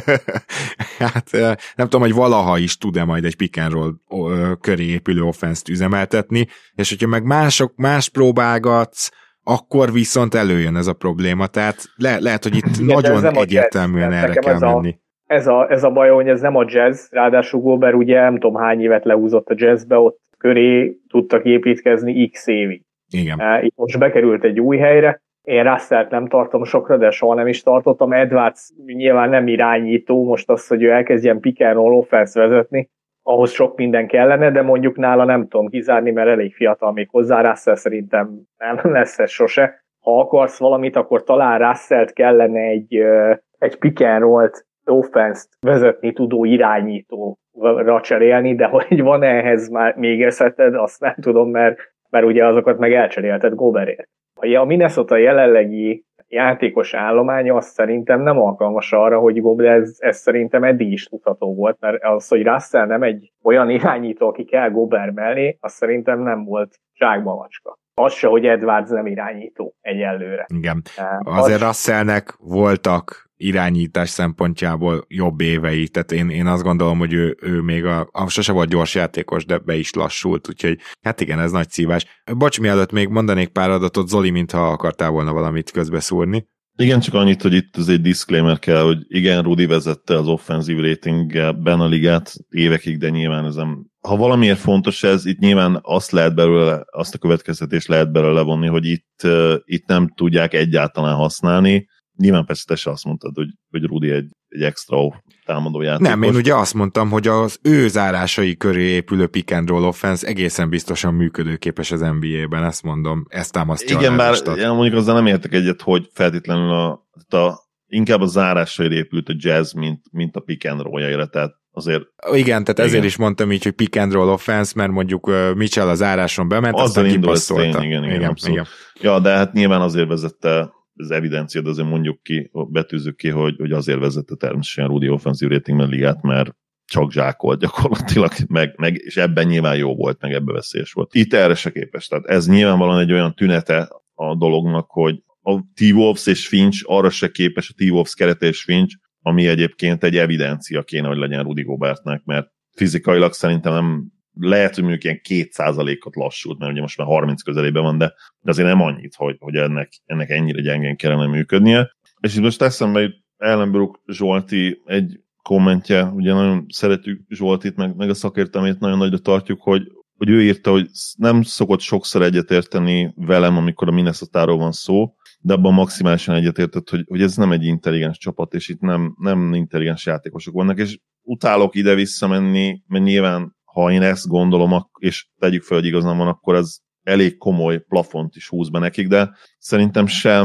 hát nem tudom, hogy valaha is tud-e majd egy pick and roll köré épülő offense-t üzemeltetni, és hogyha meg mások, más próbálgatsz, akkor viszont előjön ez a probléma, tehát le, lehet, hogy itt igen, nagyon egyértelműen erre kell menni. Ez a, ez a baj, hogy ez nem a Jazz, ráadásul Gobert ugye nem tudom hány évet lehúzott a Jazzbe, ott köré tudtak építkezni x évig. Igen. Itt most bekerült egy új helyre, én Russellt nem tartom sokra, de soha nem is tartottam, Edwards nyilván nem irányító, most az, hogy ő elkezdjen pick and roll offense vezetni, ahhoz sok minden kellene, de mondjuk nála nem tudom kizárni, mert elég fiatal még hozzá, Russell szerintem nem lesz ez sose. Ha akarsz valamit, akkor talán Russellt kellene egy, egy pick and rollt offense-t vezetni tudó irányítóra cserélni, de hogy van ehhez már még eszeted, azt nem tudom, mert, mert ugye azokat meg elcserélted Gobertért. A Minnesota jelenlegi játékos állománya azt szerintem nem alkalmas arra, hogy Gobert, ez, ez szerintem eddig is tudható volt, mert az, hogy Russell nem egy olyan irányító, aki kell Gobert mellé, az szerintem nem volt zsákba macska. Az se, hogy Edwards nem irányító egyelőre. Igen. Azért az... Russellnek voltak irányítás szempontjából jobb évei, tehát én, én azt gondolom, hogy ő, ő még a, a sose volt gyors játékos, de be is lassult, úgyhogy hát igen, ez nagy szívás. Bocs, mielőtt még mondanék pár adatot, Zoli, mintha akartál volna valamit közbeszúrni. Igen, csak annyit, hogy itt az egy disclaimer kell, hogy igen, Rudy vezette az offenzív ratingben a ligát évekig, de nyilván ez nem... Ha valamiért fontos ez, itt nyilván azt lehet belőle, azt a következtetést lehet belőle levonni, hogy itt, uh, itt nem tudják egyáltalán használni. Nyilván persze te se azt mondtad, hogy, hogy Rudy egy, egy extra támadó játékos. Nem, én ugye azt mondtam, hogy az ő zárásai köré épülő pick and roll offense egészen biztosan működőképes az en bé á-ben, ezt mondom, ezt támasztja. Igen, bár én mondjuk azzal nem értek egyet, hogy feltétlenül a, a, inkább a zárásaira épült a Jazz, mint, mint a pick and roll-jaira, tehát azért... Igen, tehát igen. Ezért is mondtam így, hogy pick and roll offense, mert mondjuk uh, Mitchell az záráson bement, azzal aztán kipasszolta. Igen, igen, igen, igen. Ja, de hát nyilván azért vezette az evidencia, de azért mondjuk ki, betűzzük ki, hogy, hogy azért vezette természetesen Rudy offensive ratingben ligát, mert csak zsákolt gyakorlatilag, meg, meg, és ebben nyilván jó volt, meg ebben veszélyes volt. Itt erre se képes, tehát ez nyilvánvalóan egy olyan tünete a dolognak, hogy a T-Wolves és Finch arra se képes, a T-Wolves kerete és Finch, ami egyébként egy evidencia kéne, hogy legyen Rudy Gobertnek, mert fizikailag szerintem nem lehet, hogy mondjuk ilyen két százalékot lassult, mert ugye most már harminc közelében van, de, de azért nem annyit, hogy, hogy ennek, ennek ennyire gyengén kellene működnie. És itt most eszembe jut Ellenbrook Zsolti egy kommentje, ugye nagyon szeretjük Zsoltit, meg, meg a szakértelmét nagyon nagyra tartjuk, hogy, hogy ő írta, hogy nem szokott sokszor egyetérteni velem, amikor a Minnesotáról van szó, de abban maximálisan egyetértett, hogy, hogy ez nem egy intelligens csapat, és itt nem, nem intelligens játékosok vannak, és utálok ide visszamenni, mert nyilván ha én ezt gondolom, és tegyük fel, hogy igazán van, akkor ez elég komoly plafont is húz be nekik, de szerintem sem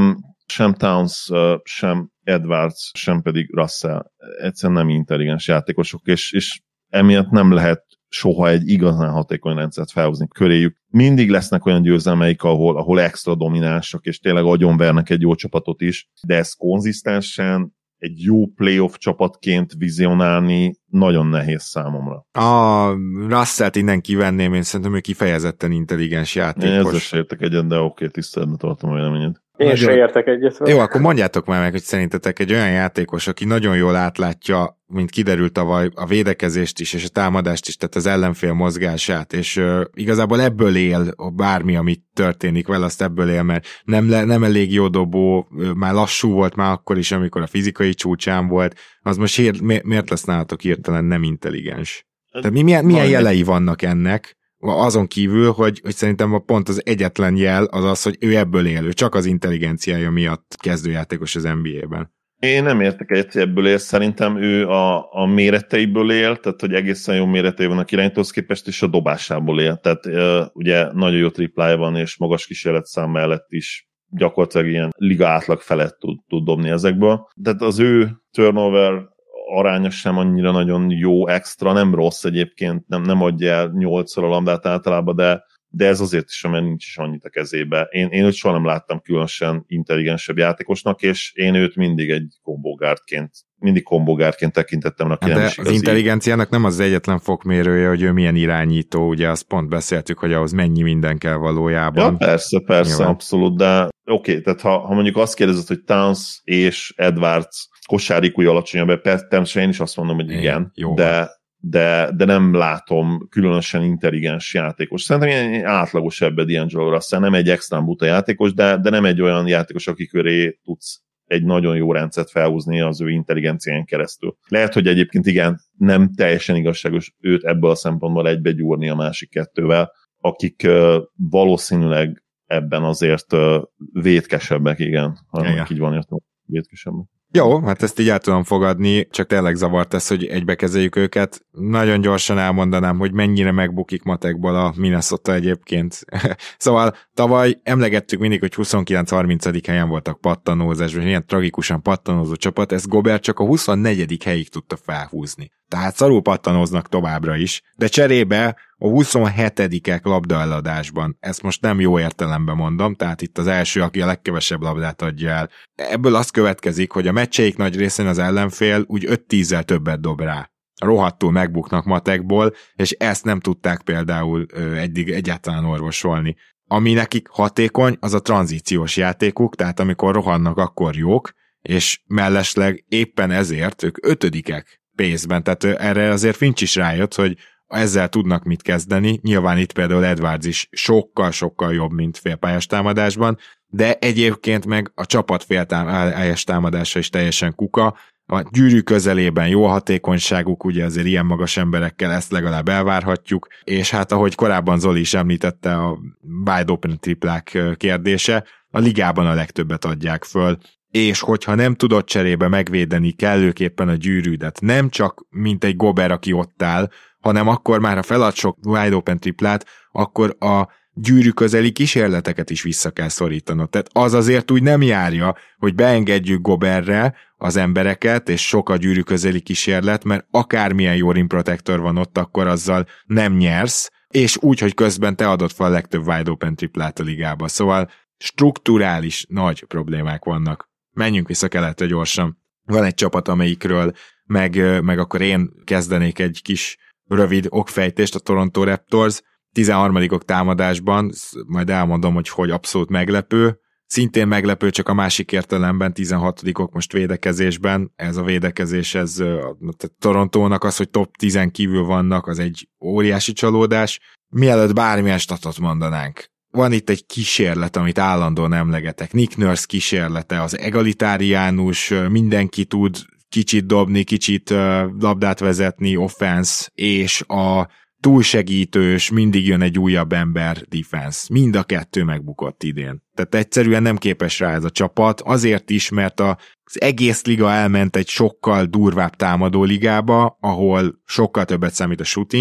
sem Towns, sem Edwards, sem pedig Russell egyszerűen nem intelligens játékosok, és, és emiatt nem lehet soha egy igazán hatékony rendszert felhozni köréjük. Mindig lesznek olyan győzelmeik, ahol, ahol extra dominánsak, és tényleg agyonvernek egy jó csapatot is, de ez konzisztensen egy jó playoff csapatként vizionálni nagyon nehéz számomra. A Russellt innen kivenném, én szerintem ő kifejezetten intelligens játékos. Én ezzel se értek egyet, de oké, tiszteletben tartom a véleményed. Én nagyon... se értek egyet. Jó, akkor mondjátok már meg, hogy szerintetek egy olyan játékos, aki nagyon jól átlátja, mint kiderült tavaly, a védekezést is, és a támadást is, tehát az ellenfél mozgását, és uh, igazából ebből él bármi, amit történik vele, azt ebből él, mert nem, le, nem elég jó dobó, már lassú volt már akkor is, amikor a fizikai csúcsán volt, az most hír, mi, miért lesz nálatok hirtelen nem intelligens? Tehát mi, milyen, milyen jelei vannak ennek? Azon kívül, hogy, hogy szerintem pont az egyetlen jel az az, hogy ő ebből él, ő csak az intelligenciája miatt kezdőjátékos az en bé á-ben. Én nem értek egyet, hogy ebből él, szerintem ő a, a méreteiből él, tehát hogy egészen jó méretei van a irányítóhoz képest, és a dobásából él. Tehát uh, ugye nagyon jó triplája van, és magas kísérletszám mellett is gyakorlatilag ilyen liga átlag felett tud, tud dobni ezekből. Tehát az ő turnover aránya sem annyira nagyon jó extra, nem rossz egyébként, nem, nem adja el nyolcszor a labdát általában, de, de ez azért is, mert nincs is annyit a kezébe. Én, én őt soha nem láttam különösen intelligensebb játékosnak, és én őt mindig egy kombogártként, mindig kombogártként tekintettem, aki de nem is az intelligenciának nem az egyetlen fokmérője, hogy ő milyen irányító, ugye azt pont beszéltük, hogy ahhoz mennyi minden kell valójában. Ja, persze, persze, Nyilván. Abszolút, de oké, okay, tehát ha, ha mondjuk azt kérdezed, hogy Towns és Edwards kosárikúj alacsonyabb, természetesen én is azt mondom, hogy igen, Jó, de, de, de nem látom különösen intelligens játékos. Szerintem egy átlagos ebbe D'Angelo Russell, nem egy extrán buta játékos, de, de nem egy olyan játékos, aki köré tudsz egy nagyon jó rendszert felhúzni az ő intelligencián keresztül. Lehet, hogy egyébként igen, nem teljesen igazságos őt ebből a szempontból egybegyúrni a másik kettővel, akik uh, valószínűleg ebben azért uh, vétkesebbek, igen, ha ja, ja. így van értem, vétkesebbek. Jó, hát ezt így el tudom fogadni, csak tényleg zavart ez, hogy egybekezeljük őket. Nagyon gyorsan elmondanám, hogy mennyire megbukik matekból a Minnesota egyébként. Szóval tavaly emlegettük mindig, hogy huszonkilenc harmincadik helyen voltak pattanózásban, ilyen tragikusan pattanózó csapat, ezt Gobert csak a huszonnegyedik helyig tudta felhúzni. Tehát szarul pattanóznak továbbra is, de cserébe a huszonhetedikek labdaeladásban. Ezt most nem jó értelemben mondom, tehát itt az első, aki a legkevesebb labdát adja el. Ebből az következik, hogy a meccseik nagy részén az ellenfél úgy öt-tízzel többet dob rá. Rohadtul megbuknak matekból, és ezt nem tudták például ö, eddig egyáltalán orvosolni. Ami nekik hatékony, az a tranzíciós játékuk, tehát amikor rohannak, akkor jók, és mellesleg éppen ezért ők ötödikek pace-ben, tehát erre azért Finch is rájött, hogy ezzel tudnak mit kezdeni, nyilván itt például Edwards is sokkal-sokkal jobb, mint félpályás támadásban, de egyébként meg a csapat félpályás támadása is teljesen kuka, a gyűrű közelében jó a hatékonyságuk, ugye azért ilyen magas emberekkel ezt legalább elvárhatjuk, és hát ahogy korábban Zoli is említette, a wide open triplák kérdése, a ligában a legtöbbet adják föl, és hogyha nem tudod cserébe megvédeni kellőképpen a gyűrűdet, nem csak mint egy Gobert, aki ott áll, hanem akkor már, ha felad sok wide open triplát, akkor a gyűrű közeli kísérleteket is vissza kell szorítanod. Tehát az azért úgy nem járja, hogy beengedjük Gobertre az embereket, és sok a gyűrű közeli kísérlet, mert akármilyen jó rim protector van ott, akkor azzal nem nyersz, és úgy, hogy közben te adod fel a legtöbb wide open triplát a ligába. Szóval strukturális nagy problémák vannak. Menjünk vissza keletre gyorsan. Van egy csapat, amelyikről meg, meg akkor én kezdenék egy kis rövid okfejtést, a Toronto Raptors, tizenharmadikok támadásban, majd elmondom, hogy hogy abszolút meglepő, szintén meglepő, csak a másik értelemben tizenhatodikok most védekezésben, ez a védekezés, ez a Torontónak az, hogy top tízen kívül vannak, az egy óriási csalódás. Mielőtt bármilyen statot mondanánk, van itt egy kísérlet, amit állandóan emlegetek. Nick Nurse kísérlete, az egalitáriánus, mindenki tud kicsit dobni, kicsit labdát vezetni, offense, és a túlsegítős, mindig jön egy újabb ember defense. Mind a kettő megbukott idén. Tehát egyszerűen nem képes rá ez a csapat, azért is, mert az egész liga elment egy sokkal durvább támadó ligába, ahol sokkal többet számít a shooting,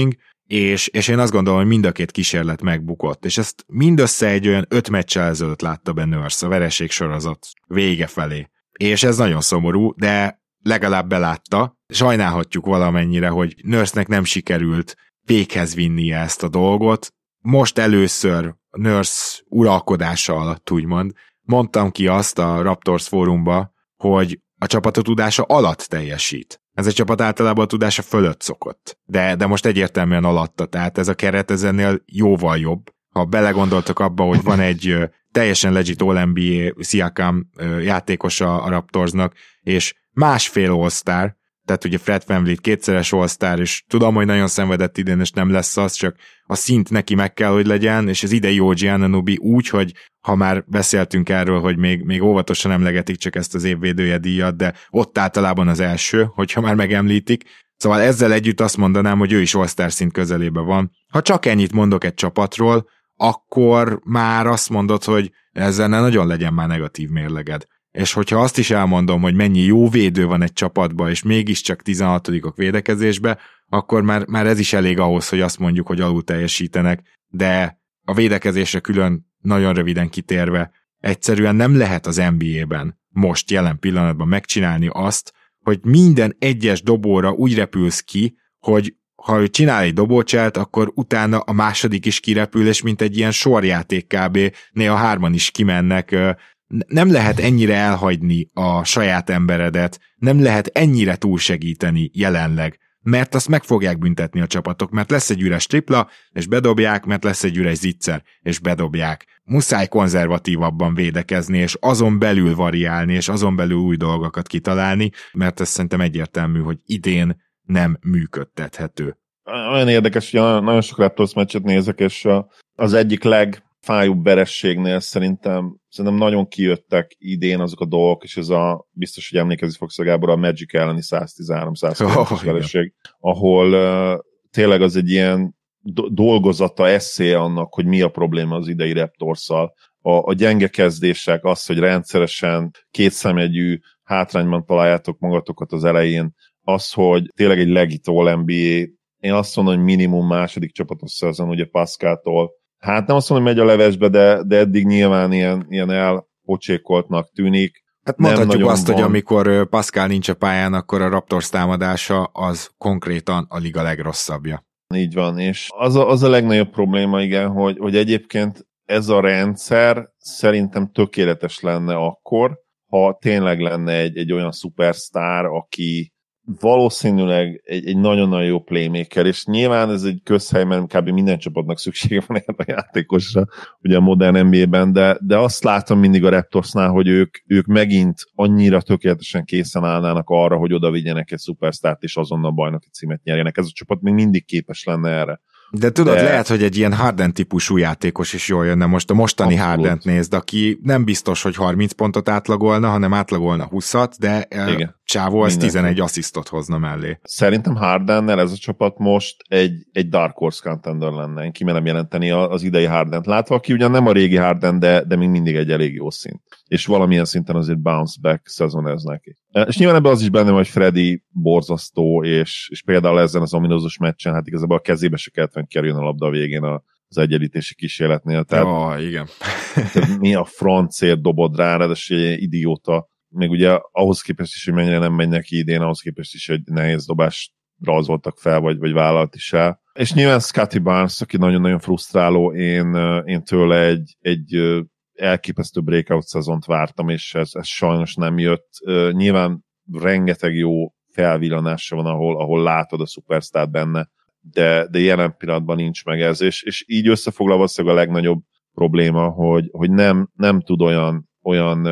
és, és én azt gondolom, hogy mind a két kísérlet megbukott, és ezt mindössze egy olyan öt meccsel ezelőtt látta be Nurse a vereség sorozat vége felé. És ez nagyon szomorú, de legalább belátta. Sajnálhatjuk valamennyire, hogy Nurse-nek nem sikerült véghez vinnie ezt a dolgot. Most először Nurse uralkodása alatt, úgymond, mondtam ki azt a Raptors fórumba, hogy a csapat a tudása alatt teljesít. Ez a csapat általában a tudása fölött szokott. De, de most egyértelműen alatta, tehát ez a keret ez ennél jóval jobb. Ha belegondoltak abba, hogy van egy teljesen legit All en bé á Siakam játékosa a Raptorsnak, és másfél All-Star, tehát ugye Fred VanVleet kétszeres All-Star, és tudom, hogy nagyon szenvedett idén, és nem lesz az, csak a szint neki meg kell, hogy legyen, és az idei o gé Anunoby úgy, hogy ha már beszéltünk erről, hogy még, még óvatosan emlegetik csak ezt az évvédője díjat, de ott általában az első, hogyha már megemlítik. Szóval ezzel együtt azt mondanám, hogy ő is All-Star szint közelében van. Ha csak ennyit mondok egy csapatról, akkor már azt mondod, hogy ezzel ne nagyon legyen már negatív mérleged. És hogyha azt is elmondom, hogy mennyi jó védő van egy csapatban, és mégiscsak tizenhatodikok védekezésbe, akkor már, már ez is elég ahhoz, hogy azt mondjuk, hogy alul teljesítenek, de a védekezésre külön nagyon röviden kitérve, egyszerűen nem lehet az en bé á-ben most jelen pillanatban megcsinálni azt, hogy minden egyes dobóra úgy repülsz ki, hogy ha ő csinál egy dobócselt, akkor utána a második is kirepül, és mint egy ilyen sorjáték kb. Néha hárman is kimennek. Nem lehet ennyire elhagyni a saját emberedet, nem lehet ennyire túlsegíteni jelenleg, mert azt meg fogják büntetni a csapatok, mert lesz egy üres tripla, és bedobják, mert lesz egy üres zicser, és bedobják. Muszáj konzervatívabban védekezni, és azon belül variálni, és azon belül új dolgokat kitalálni, mert ez szerintem egyértelmű, hogy idén nem működtethető. Olyan érdekes, hogy nagyon sok Raptors meccset nézek, és az egyik legfájóbb verességnél szerintem, szerintem nagyon kijöttek idén azok a dolgok, és ez a, biztos, hogy emlékezni fogsz a Gábor, a Magic elleni száz tizenhárom száz kilences oh, vereség, ahol uh, tényleg az egy ilyen do- dolgozata, eszé annak, hogy mi a probléma az idei Raptorsszal. A, a gyenge kezdések, az, hogy rendszeresen kétszemjegyű hátrányban találjátok magatokat az elején, az, hogy tényleg egy legit All en bé á, én azt mondom, hogy minimum második csapatos szezon, ugye Pascaltól. Hát nem azt mondom, hogy megy a levesbe, de, de eddig nyilván ilyen, ilyen elpocsékoltnak tűnik. Hát mondhatjuk azt, van. Hogy amikor Pascal nincs a pályán, akkor a Raptors támadása az konkrétan a liga legrosszabbja. Így van, és az a, az a legnagyobb probléma, igen, hogy, hogy egyébként ez a rendszer szerintem tökéletes lenne akkor, ha tényleg lenne egy, egy olyan szupersztár, aki valószínűleg egy, egy nagyon-nagyon jó playmaker, és nyilván ez egy közhely, mert kb. Minden csapatnak szüksége van erre a játékosra, ugye a modern en bé á-ben, de, de azt látom mindig a Raptorsnál, hogy ők, ők megint annyira tökéletesen készen állnának arra, hogy oda vigyenek egy szupersztárt, és azonnal bajnoki címet nyerjenek. Ez a csapat még mindig képes lenne erre. De tudod, de... lehet, hogy egy ilyen Harden típusú játékos is jól jönne. Most a mostani Hardent nézd, aki nem biztos, hogy harminc pontot átlagolna, hanem átlagolna húszat, de igen. Csávó az tizenegy asszisztot hozna mellé. Szerintem Hardennel ez a csapat most egy, egy Dark Horse contender lenne. Én kimerem jelenteni az idei Hardent látva, aki ugyan nem a régi Harden, de, de még mindig egy elég jó szint. És valamilyen szinten azért bounce back szezon ez neki. És nyilván ebben az is benne, hogy Freddy borzasztó, és, és például ezen az ominózus meccsen, hát igazából a kezébe se kellett venni kerüljön a labda a végén az egyenlítési kísérletnél. Tehát, oh, igen. Tehát mi a francért dobod rá, ráadásul egy idióta, még ugye ahhoz képest is, hogy mennyire nem megy neki idén, ahhoz képest is egy nehéz dobást rajzoltak fel, vagy, vagy vállalt is el. És nyilván Scotty Barnes, aki nagyon-nagyon frusztráló, én, én tőle egy, egy elképesztő breakout szezont vártam, és ez, ez sajnos nem jött. Nyilván rengeteg jó felvillanása van, ahol, ahol látod a szupersztárt benne, de, de jelen pillanatban nincs meg ez, és, és így összefoglalva az a legnagyobb probléma, hogy, hogy nem, nem tud olyan, olyan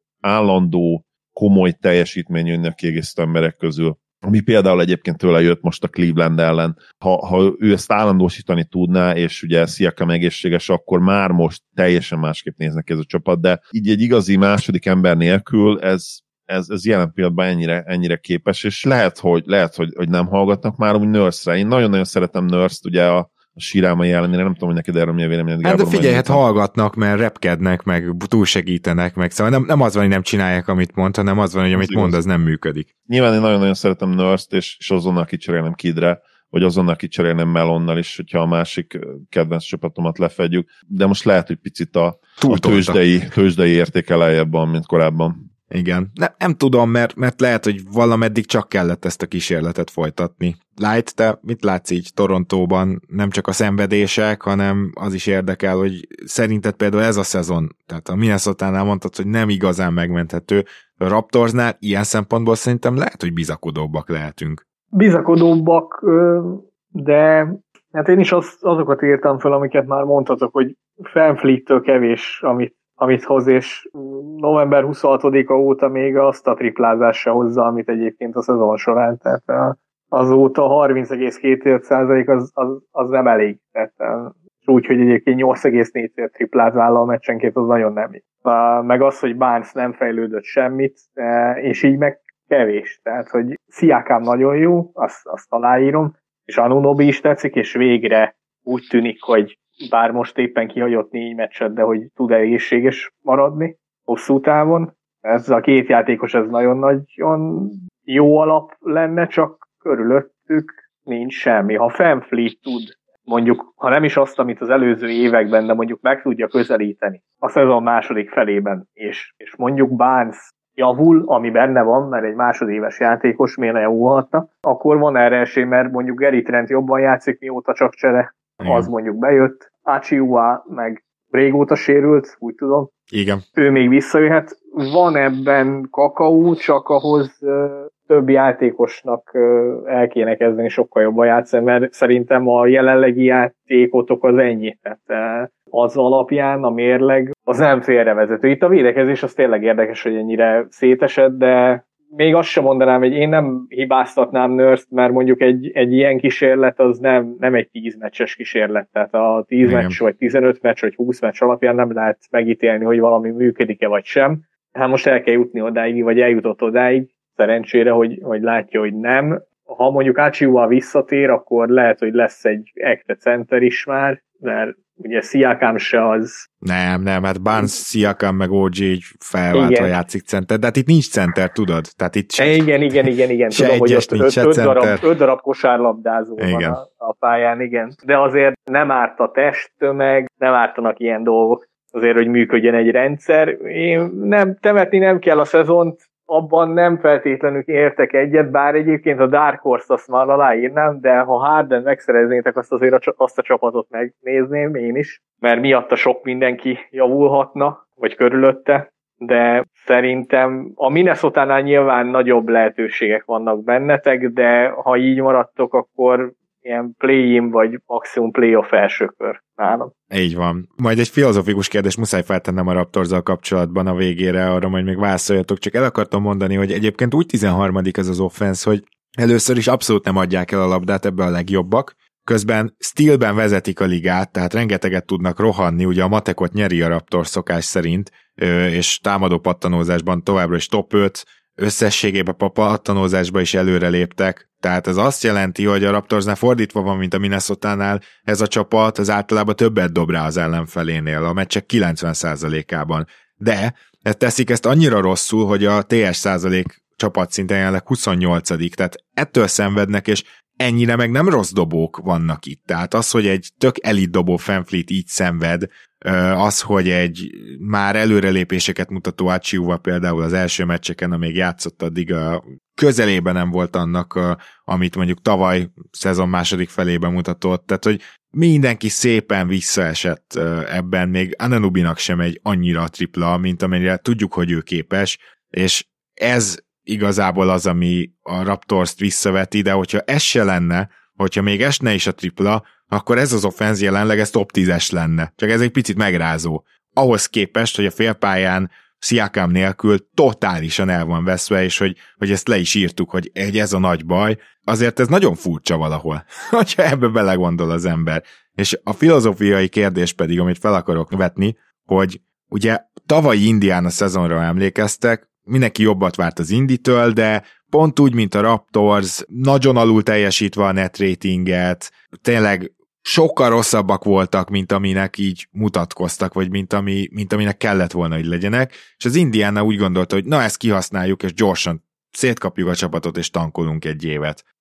állandó, komoly teljesítmény jönni a kiegészítő emberek közül, ami például egyébként tőle jött most a Cleveland ellen. Ha, ha ő ezt állandósítani tudná, és ugye Siakam egészséges, akkor már most teljesen másképp néznek ez a csapat, de így egy igazi második ember nélkül ez, ez, ez jelen pillanatban ennyire, ennyire képes, és lehet, hogy, lehet hogy, hogy nem hallgatnak már úgy Nurse-re. Én nagyon-nagyon szeretem Nurse-t, ugye a a sírámai ellenére, nem tudom, hogy neked erről mi a véleményed. Hát de figyelj, hát hallgatnak, mert repkednek, meg túlsegítenek, meg szóval nem, nem az van, hogy nem csinálják, amit mond, hanem az van, hogy amit mond, az nem működik. Nyilván én nagyon-nagyon szeretem Nurse-t, és, és azonnal kicserélnem Kidre, vagy azonnal kicserélnem Melonnal is, hogyha a másik kedvenc csapatomat lefedjük, de most lehet, hogy picit a, a tőzsdei, tőzsdei értéke lejjebb van, mint korábban. Igen. Ne, nem tudom, mert, mert lehet, hogy valameddig csak kellett ezt a kísérletet folytatni. Light, te mit látsz így Torontóban? Nem csak a szenvedések, hanem az is érdekel, hogy szerinted például ez a szezon, tehát a Minnesotánál mondtad, hogy nem igazán megmenthető. A Raptorsnál ilyen szempontból szerintem lehet, hogy bizakodóbbak lehetünk. Bizakodóbbak, de hát én is az, azokat írtam fel, amiket már mondhatok, hogy Fanfleet-től kevés, amit amit hoz, és november huszonhatodika óta még azt a triplázás se hozza, amit egyébként a szezon során, tehát azóta harminc egész két százalék az, az, az nem elég, tehát úgy, hogy egyébként nyolc egész négy triplát vállal meccsenként, az nagyon nem. Meg az, hogy Barnes nem fejlődött semmit, és így meg kevés, tehát hogy Siakam nagyon jó, azt, azt aláírom, és Anunoby is tetszik, és végre úgy tűnik, hogy bár most éppen kihagyott négy meccset, de hogy tud egészséges maradni hosszú távon. Ez a két játékos, ez nagyon-nagyon jó alap lenne, csak körülöttük nincs semmi. Ha Fanfleet tud, mondjuk, ha nem is azt, amit az előző években, de mondjuk meg tudja közelíteni a szezon második felében, és, és mondjuk Barnes javul, ami benne van, mert egy másodéves játékos miért ne javulhatna, akkor van erre esély, mert mondjuk Gary Trent jobban játszik, mióta csak csere. Igen. Az mondjuk bejött, Achiuwa meg régóta sérült, úgy tudom. Igen. Ő még visszajöhet. Van ebben kakaó, csak ahhoz ö, több játékosnak ö, el kéne kezdeni sokkal jobban játszani, mert szerintem a jelenlegi játékotok az ennyi. Tehát ö, az alapján a mérleg az nem félrevezető. Itt a védekezés az tényleg érdekes, hogy ennyire szétesett, de még azt sem mondanám, hogy én nem hibáztatnám Nurse-t, mert mondjuk egy, egy ilyen kísérlet az nem, nem egy tíz meccses kísérlet. Tehát a tíz Igen. meccs, vagy tizenöt meccs, vagy húsz meccs alapján nem lehet megítélni, hogy valami működik-e, vagy sem. Hát most el kell jutni odáig, vagy eljutott odáig, szerencsére, hogy, hogy látja, hogy nem. Ha mondjuk Achiuwa visszatér, akkor lehet, hogy lesz egy ekte center is már, mert ugye Siakam se az... Nem, nem, hát Barnes, Siakam meg o gé így felváltva játszik center, de hát itt nincs center, tudod? Tehát itt se, igen, igen, igen, igen. Se tudom, egyes, hogy nincs öt, öt, darab, center. öt darab kosárlabdázó igen. van a, a pályán, igen. De azért nem árt a testtömeg, nem ártanak ilyen dolgok azért, hogy működjön egy rendszer. Én nem, temetni nem kell a szezont, abban nem feltétlenül értek egyet, bár egyébként a Dark Horse azt már aláírnám, de ha Harden megszereznétek, azt azért a, azt a csapatot megnézném én is, mert miatta sok mindenki javulhatna, vagy körülötte, de szerintem a Minnesotánál nyilván nagyobb lehetőségek vannak bennetek, de ha így maradtok, akkor ilyen play-in vagy maximum play-off elsőkör nálam. Így van. Majd egy filozófikus kérdés muszáj feltennem a Raptorzzal kapcsolatban a végére, arra majd még válaszoljatok, csak el akartam mondani, hogy egyébként úgy tizenharmadik ez az offense, hogy először is abszolút nem adják el a labdát, ebbe a legjobbak, közben stealben vezetik a ligát, tehát rengeteget tudnak rohanni, ugye a matekot nyeri a Raptors szokás szerint, és támadó pattanózásban továbbra is top öt, összességében a pattanózásba is előre léptek, tehát ez azt jelenti, hogy a Raptorsnál fordítva van, mint a Minnesotánál, ez a csapat az általában többet dob rá az ellenfelénél, a meccsek kilencven százalékában. De ezt teszik ezt annyira rosszul, hogy a té es százalék csapatszinten jelenleg huszonnyolcadik, tehát ettől szenvednek, és ennyire meg nem rossz dobók vannak itt. Tehát az, hogy egy tök elit dobó Fanfleet így szenved, az, hogy egy már előrelépéseket mutató Achiuwa például az első meccseken, amíg játszott, addig a közelében nem volt annak, amit mondjuk tavaly szezon második felében mutatott, tehát hogy mindenki szépen visszaesett ebben, még Anunobynak sem egy annyira a tripla, mint amennyire tudjuk, hogy ő képes, és ez igazából az, ami a Raptors-t visszaveti, de hogyha ez se lenne, hogyha még esne is a tripla, akkor ez az offenz jelenleg ez top tízes lenne. Csak ez egy picit megrázó. Ahhoz képest, hogy a félpályán Siakam nélkül totálisan el van veszve, és hogy, hogy ezt le is írtuk, hogy ez a nagy baj, azért ez nagyon furcsa valahol, hogyha ebbe belegondol az ember. És a filozófiai kérdés pedig, amit fel akarok vetni, hogy ugye tavalyi Indiana szezonra emlékeztek, mindenki jobbat várt az Inditől, de pont úgy, mint a Raptors, nagyon alul teljesítve a net ratinget, tényleg sokkal rosszabbak voltak, mint aminek így mutatkoztak, vagy mint, ami, mint aminek kellett volna, hogy legyenek, és az Indiana úgy gondolta, hogy na ezt kihasználjuk, és gyorsan szétkapjuk a csapatot, és tankolunk egy évet.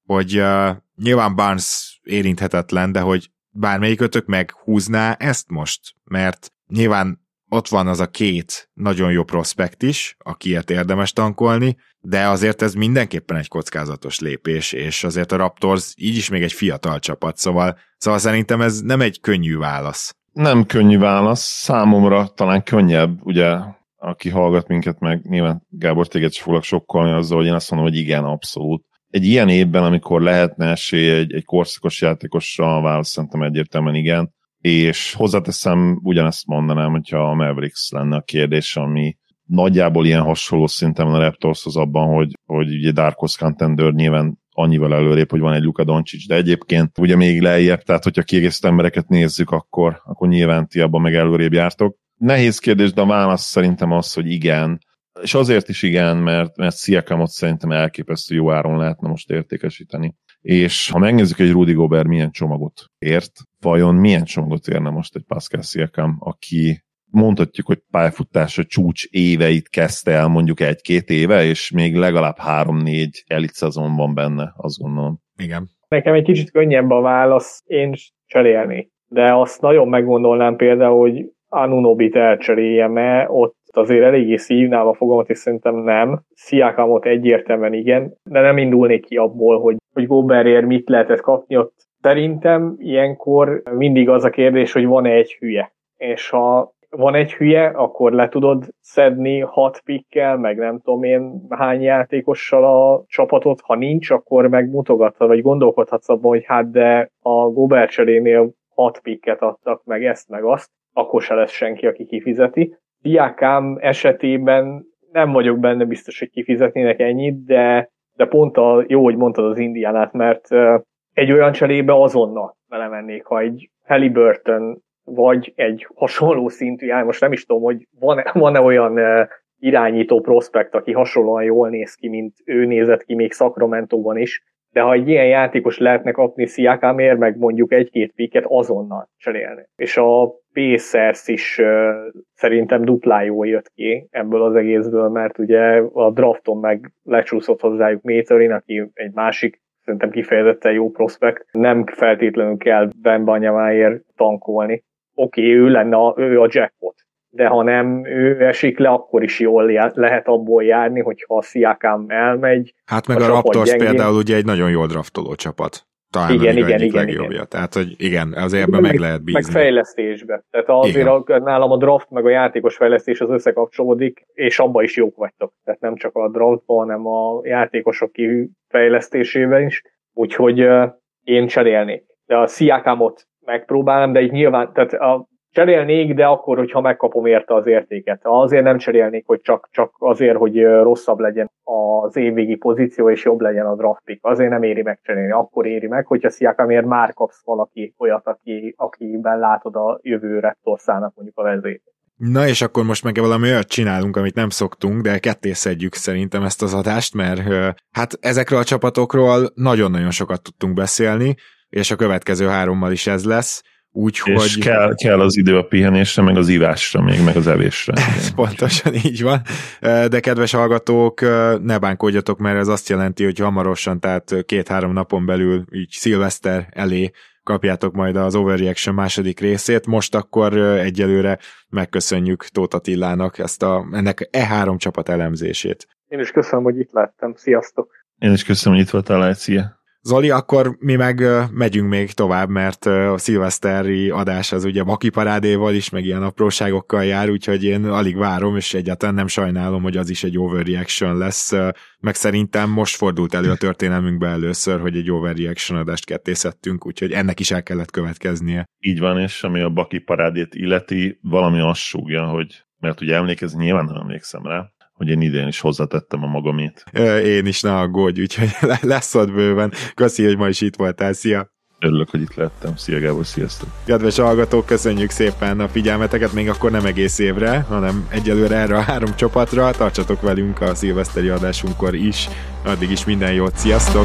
hogy uh, nyilván Barnes érinthetetlen, de hogy bármelyikötök meghúzná ezt most, mert nyilván ott van az a két nagyon jó prospekt is, akiért érdemes tankolni, de azért ez mindenképpen egy kockázatos lépés, és azért a Raptors így is még egy fiatal csapat, szóval, szóval szerintem ez nem egy könnyű válasz. Nem könnyű válasz, számomra talán könnyebb, ugye, aki hallgat minket meg, nyilván Gábor téged is foglak sokkolni azzal, hogy én azt mondom, hogy igen, abszolút. Egy ilyen évben, amikor lehetne esély egy, egy korszakos játékosra, a válasz szerintem egyértelműen igen, és hozzáteszem, ugyanezt mondanám, hogyha a Mavericks lenne a kérdés, ami nagyjából ilyen hasonló szinten van a Raptorshoz abban, hogy, hogy ugye Dark Horse Contender nyilván annyival előrébb, hogy van egy Luka Doncic, de egyébként ugye még lejjebb, tehát hogyha kiegészítő embereket nézzük, akkor, akkor nyilván ti abban meg előrébb jártok. Nehéz kérdés, de a válasz szerintem az, hogy igen, és azért is igen, mert, mert Siakamot szerintem elképesztő jó áron lehetne most értékesíteni. És ha megnézzük, egy Rudy Gobert milyen csomagot ért, vajon milyen csomagot érne most egy Pascal Siakam, aki mondhatjuk, hogy pályafutása csúcs éveit kezdte el mondjuk egy-két éve, és még legalább három-négy elit szezon van benne, azt gondolom. Igen. Nekem egy kicsit könnyebb a válasz, én cserélni. De azt nagyon meggondolnám például, hogy Anunobit elcseréljem, mert ott azért eléggé szívnám a fogamat, és szerintem nem. Siakamot egyértelműen igen, de nem indulnék ki abból, hogy, hogy Gobertért mit lehetett kapni. Ott szerintem ilyenkor mindig az a kérdés, hogy van-e egy hülye. És ha van egy hülye, akkor le tudod szedni hat pikkel, meg nem tudom én hány játékossal a csapatot. Ha nincs, akkor meg mutogathatod, vagy gondolkodhatsz abban, hogy hát de a Gobert cserénél hat pikket adtak, meg ezt, meg azt, akkor se lesz senki, aki kifizeti. Siakam esetében nem vagyok benne biztos, hogy kifizetnének ennyit, de, de pont a, jó, hogy mondtad az Indiánát, mert egy olyan cserébe azonnal belemennék, ha egy Haliburton vagy egy hasonló szintű, já, most nem is tudom, hogy van-e, van-e olyan irányító prospekt, aki hasonlóan jól néz ki, mint ő nézett ki még Sacramentóban is, de ha egy ilyen játékos lehetne kapni Siakamért, meg mondjuk egy-két piket, azonnal cserélni. És a Pacers is uh, szerintem duplán jól jött ki ebből az egészből, mert ugye a drafton meg lecsúszott hozzájuk Méterin, aki egy másik, szerintem kifejezetten jó prospekt. Nem feltétlenül kell Wembanyamaért tankolni. Oké, okay, ő lenne a, ő a jackpot, de ha nem ő esik le, akkor is jól lehet abból járni, hogyha a Siakam elmegy. Hát meg a, a Raptors gyengén. Például ugye egy nagyon jól draftoló csapat. Talán igen, igen, egyik igen, legjobbja. Igen. Tehát, hogy igen, azért ebben meg, meg lehet bízni. Meg fejlesztésbe. Tehát azért a, nálam a draft meg a játékos fejlesztés az összekapcsolódik, és abban is jók vagytok. Tehát nem csak a draftban, hanem a játékosok kifejlesztésében is. Úgyhogy uh, én cserélnék. De a Siakamot megpróbálom, de így nyilván, tehát a cserélnék, de akkor, hogyha megkapom érte az értéket. Azért nem cserélnék, hogy csak, csak azért, hogy rosszabb legyen az évvégi pozíció, és jobb legyen a draft pick. Azért nem éri meg cserélni. Akkor éri meg, hogyha Siakamért már kapsz valaki olyat, aki, akiben látod a jövő Raptorsának mondjuk a vezét. Na és akkor most meg valami olyat csinálunk, amit nem szoktunk, de kettészedjük szerintem ezt az adást, mert hát ezekről a csapatokról nagyon-nagyon sokat tudtunk beszélni, és a következő hárommal is ez lesz. Úgyhogy... És kell, kell az idő a pihenésre, meg az ivásra még, meg az evésre. Pontosan így van. De kedves hallgatók, ne bánkodjatok, mert ez azt jelenti, hogy hamarosan, tehát két-három napon belül így szilveszter elé kapjátok majd az Overreaction második részét. Most akkor egyelőre megköszönjük Tóth Attilának ezt a, ennek e három csapat elemzését. Én is köszönöm, hogy itt lettem. Sziasztok! Én is köszönöm, hogy itt voltál, szia! Zoli, akkor mi meg megyünk még tovább, mert a szilveszteri adás az ugye Baki parádéval is, meg ilyen apróságokkal jár, úgyhogy én alig várom, és egyáltalán nem sajnálom, hogy az is egy overreaction lesz, meg szerintem most fordult elő a történelmünkben először, hogy egy overreaction adást kettészettünk, úgyhogy ennek is el kellett következnie. Így van, és ami a Baki parádét illeti, valami azt súgja, hogy, mert ugye emlékezni, nyilván nem emlékszem rá, hogy én idén is hozzátettem a magamét. Én is, ne aggódj, úgyhogy lesz ott bőven. Köszi, hogy ma is itt voltál, szia! Örülök, hogy itt lettem. Szia Gábor, sziasztok! Kedves hallgatók, köszönjük szépen a figyelmeteket, még akkor nem egész évre, hanem egyelőre erre a három csapatra. Tartsatok velünk a szilveszteri adásunkkor is. Addig is minden jót, sziasztok!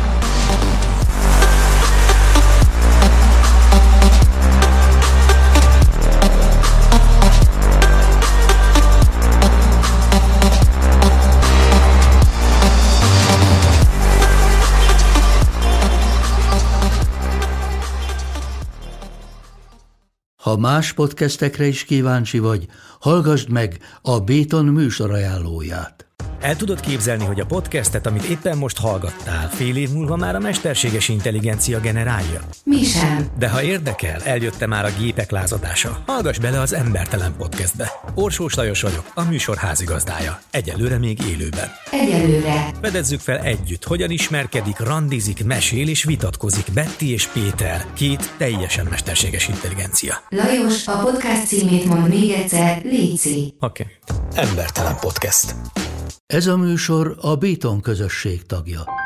Ha más podcastekre is kíváncsi vagy, hallgassd meg a Béton műsor ajánlóját. El tudod képzelni, hogy a podcastet, amit éppen most hallgattál, fél év múlva már a mesterséges intelligencia generálja? Mi sem. De ha érdekel, eljött már a gépek lázadása. Hallgass bele az Embertelen Podcastbe. Orsós Lajos vagyok, a műsor házigazdája. Egyelőre még élőben. Egyelőre. Fedezzük fel együtt, hogyan ismerkedik, randizik, mesél és vitatkozik Betty és Péter, két teljesen mesterséges intelligencia. Lajos, a podcast címét mond még egyszer, léci. Oké. Okay. Embertelen Podcast. Ez a műsor a Béton közösség tagja.